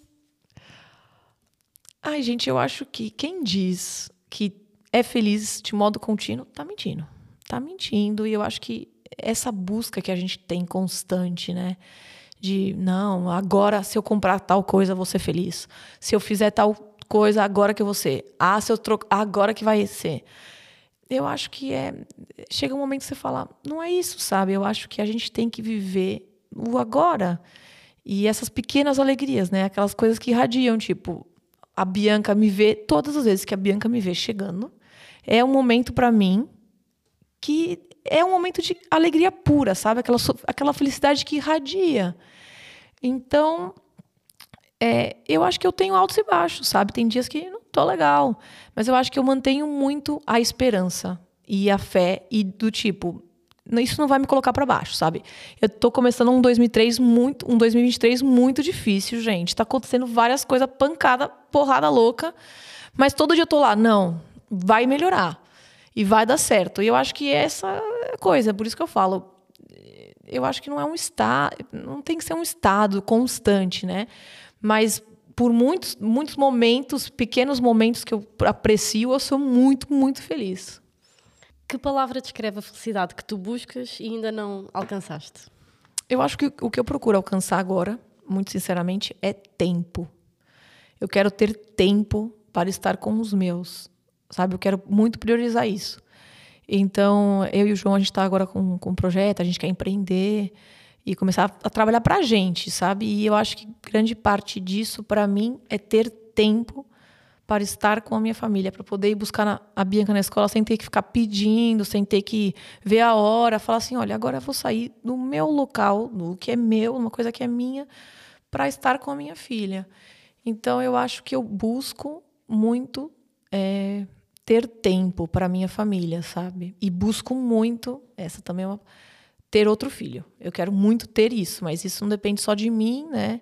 Ai, gente, eu acho que quem diz que é feliz de modo contínuo, tá mentindo. Tá mentindo. E eu acho que essa busca que a gente tem constante, né? De, não, agora se eu comprar tal coisa, eu vou ser feliz. Se eu fizer tal coisa, agora que eu vou ser. Se eu trocar, agora que vai ser. Eu acho que chega um momento que você fala, não é isso, sabe? Eu acho que a gente tem que viver o agora. E essas pequenas alegrias, né? Aquelas coisas que irradiam, tipo, a Bianca me vê, todas as vezes que a Bianca me vê chegando, é um momento para mim que é um momento de alegria pura, sabe? Aquela felicidade que irradia. Então, eu acho que eu tenho altos e baixos, sabe? Tem dias que não tô legal, mas eu acho que eu mantenho muito a esperança e a fé e do tipo, isso não vai me colocar para baixo, sabe? Eu tô começando um 2023 muito difícil, gente. Tá acontecendo várias coisas, pancada, porrada louca, mas todo dia eu tô lá, não, vai melhorar e vai dar certo. E eu acho que essa é a coisa, por isso que eu falo, eu acho que não é um estado, não tem que ser um estado constante, né? Mas por muitos momentos, pequenos momentos que eu aprecio, eu sou muito, muito feliz. Que palavra descreve a felicidade que tu buscas e ainda não alcançaste? Eu acho que o que eu procuro alcançar agora, muito sinceramente, é tempo. Eu quero ter tempo para estar com os meus, sabe? Eu quero muito priorizar isso. Então, eu e o João, a gente está agora com um projeto, a gente quer empreender e começar a trabalhar para a gente, sabe? E eu acho que grande parte disso, para mim, é ter tempo para estar com a minha família, para poder ir buscar a Bianca na escola sem ter que ficar pedindo, sem ter que ver a hora, falar assim, olha, agora eu vou sair do meu local, do que é meu, uma coisa que é minha, para estar com a minha filha. Então, eu acho que eu busco muito ter tempo para minha família, sabe? E busco muito, essa também é ter outro filho. Eu quero muito ter isso, mas isso não depende só de mim, né?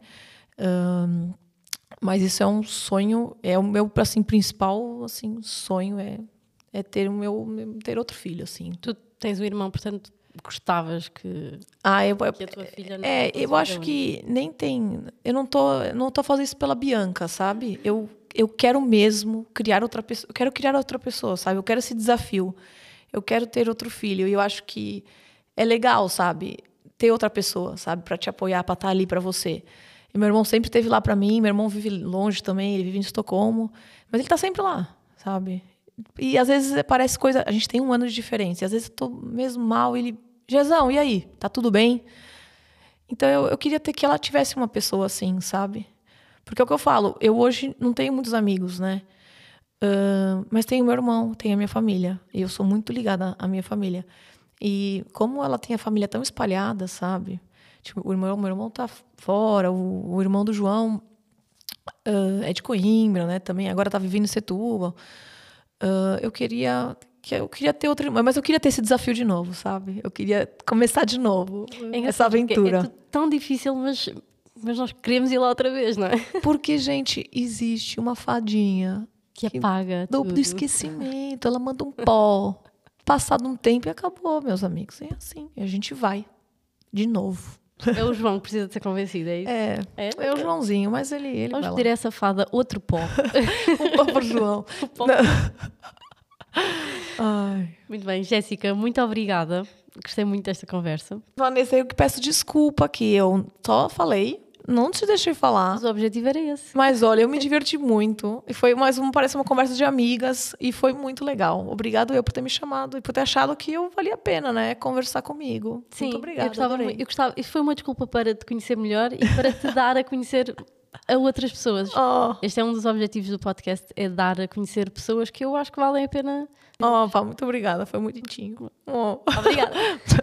Mas isso é um sonho, é o meu assim, principal assim, sonho é ter ter outro filho, assim. Tu tens um irmão, portanto, gostavas que que a tua filha não eu acho que nem tem. Eu não tô fazendo isso pela Bianca, sabe? Eu quero mesmo criar outra pessoa. Eu quero criar outra pessoa, sabe? Eu quero esse desafio. Eu quero ter outro filho. E eu acho que é legal, sabe? Ter outra pessoa, sabe? Para te apoiar, para estar ali para você. E meu irmão sempre esteve lá para mim. Meu irmão vive longe também. Ele vive em Estocolmo. Mas ele tá sempre lá, sabe? E às vezes parece coisa... A gente tem 1 ano de diferença. E às vezes eu tô mesmo mal. Ele... Jezão, e aí? Tá tudo bem? Então eu queria ter que ela tivesse uma pessoa assim, sabe? Porque é o que eu falo. Eu hoje não tenho muitos amigos, né? Mas tenho meu irmão, tenho a minha família. E eu sou muito ligada à minha família. E como ela tem a família tão espalhada, sabe? Tipo, meu irmão tá fora. O irmão do João é de Coimbra, né? Também agora tá vivendo em Setúbal. Eu queria ter outra irmã, mas eu queria ter esse desafio de novo, sabe? Eu queria começar de novo essa aventura. É tão difícil, mas nós queremos ir lá outra vez, não é? Porque, gente, existe uma fadinha que apaga do esquecimento. Ela manda um pó. Passado um tempo e acabou, meus amigos. É assim, a gente vai de novo. É o João que precisa de ser convencido, é isso? É o Joãozinho, mas ele vamos pedir a essa fada outro pó. Um pó para o João. Um pó. Ai. Muito bem, Jéssica, muito obrigada. Gostei muito desta conversa. Vanessa, eu que peço desculpa que eu só falei, não te deixei falar. Mas o objetivo era esse. Mas olha, eu me diverti muito. E foi parece uma conversa de amigas e foi muito legal. Obrigado eu por ter me chamado e por ter achado que eu valia a pena, né? Conversar comigo. Sim, muito obrigada. Eu gostava. Isso foi uma desculpa para te conhecer melhor e para te dar a conhecer a outras pessoas. Este é um dos objetivos do podcast, é dar a conhecer pessoas que eu acho que valem a pena. Muito obrigada, foi muito gentil. Obrigada.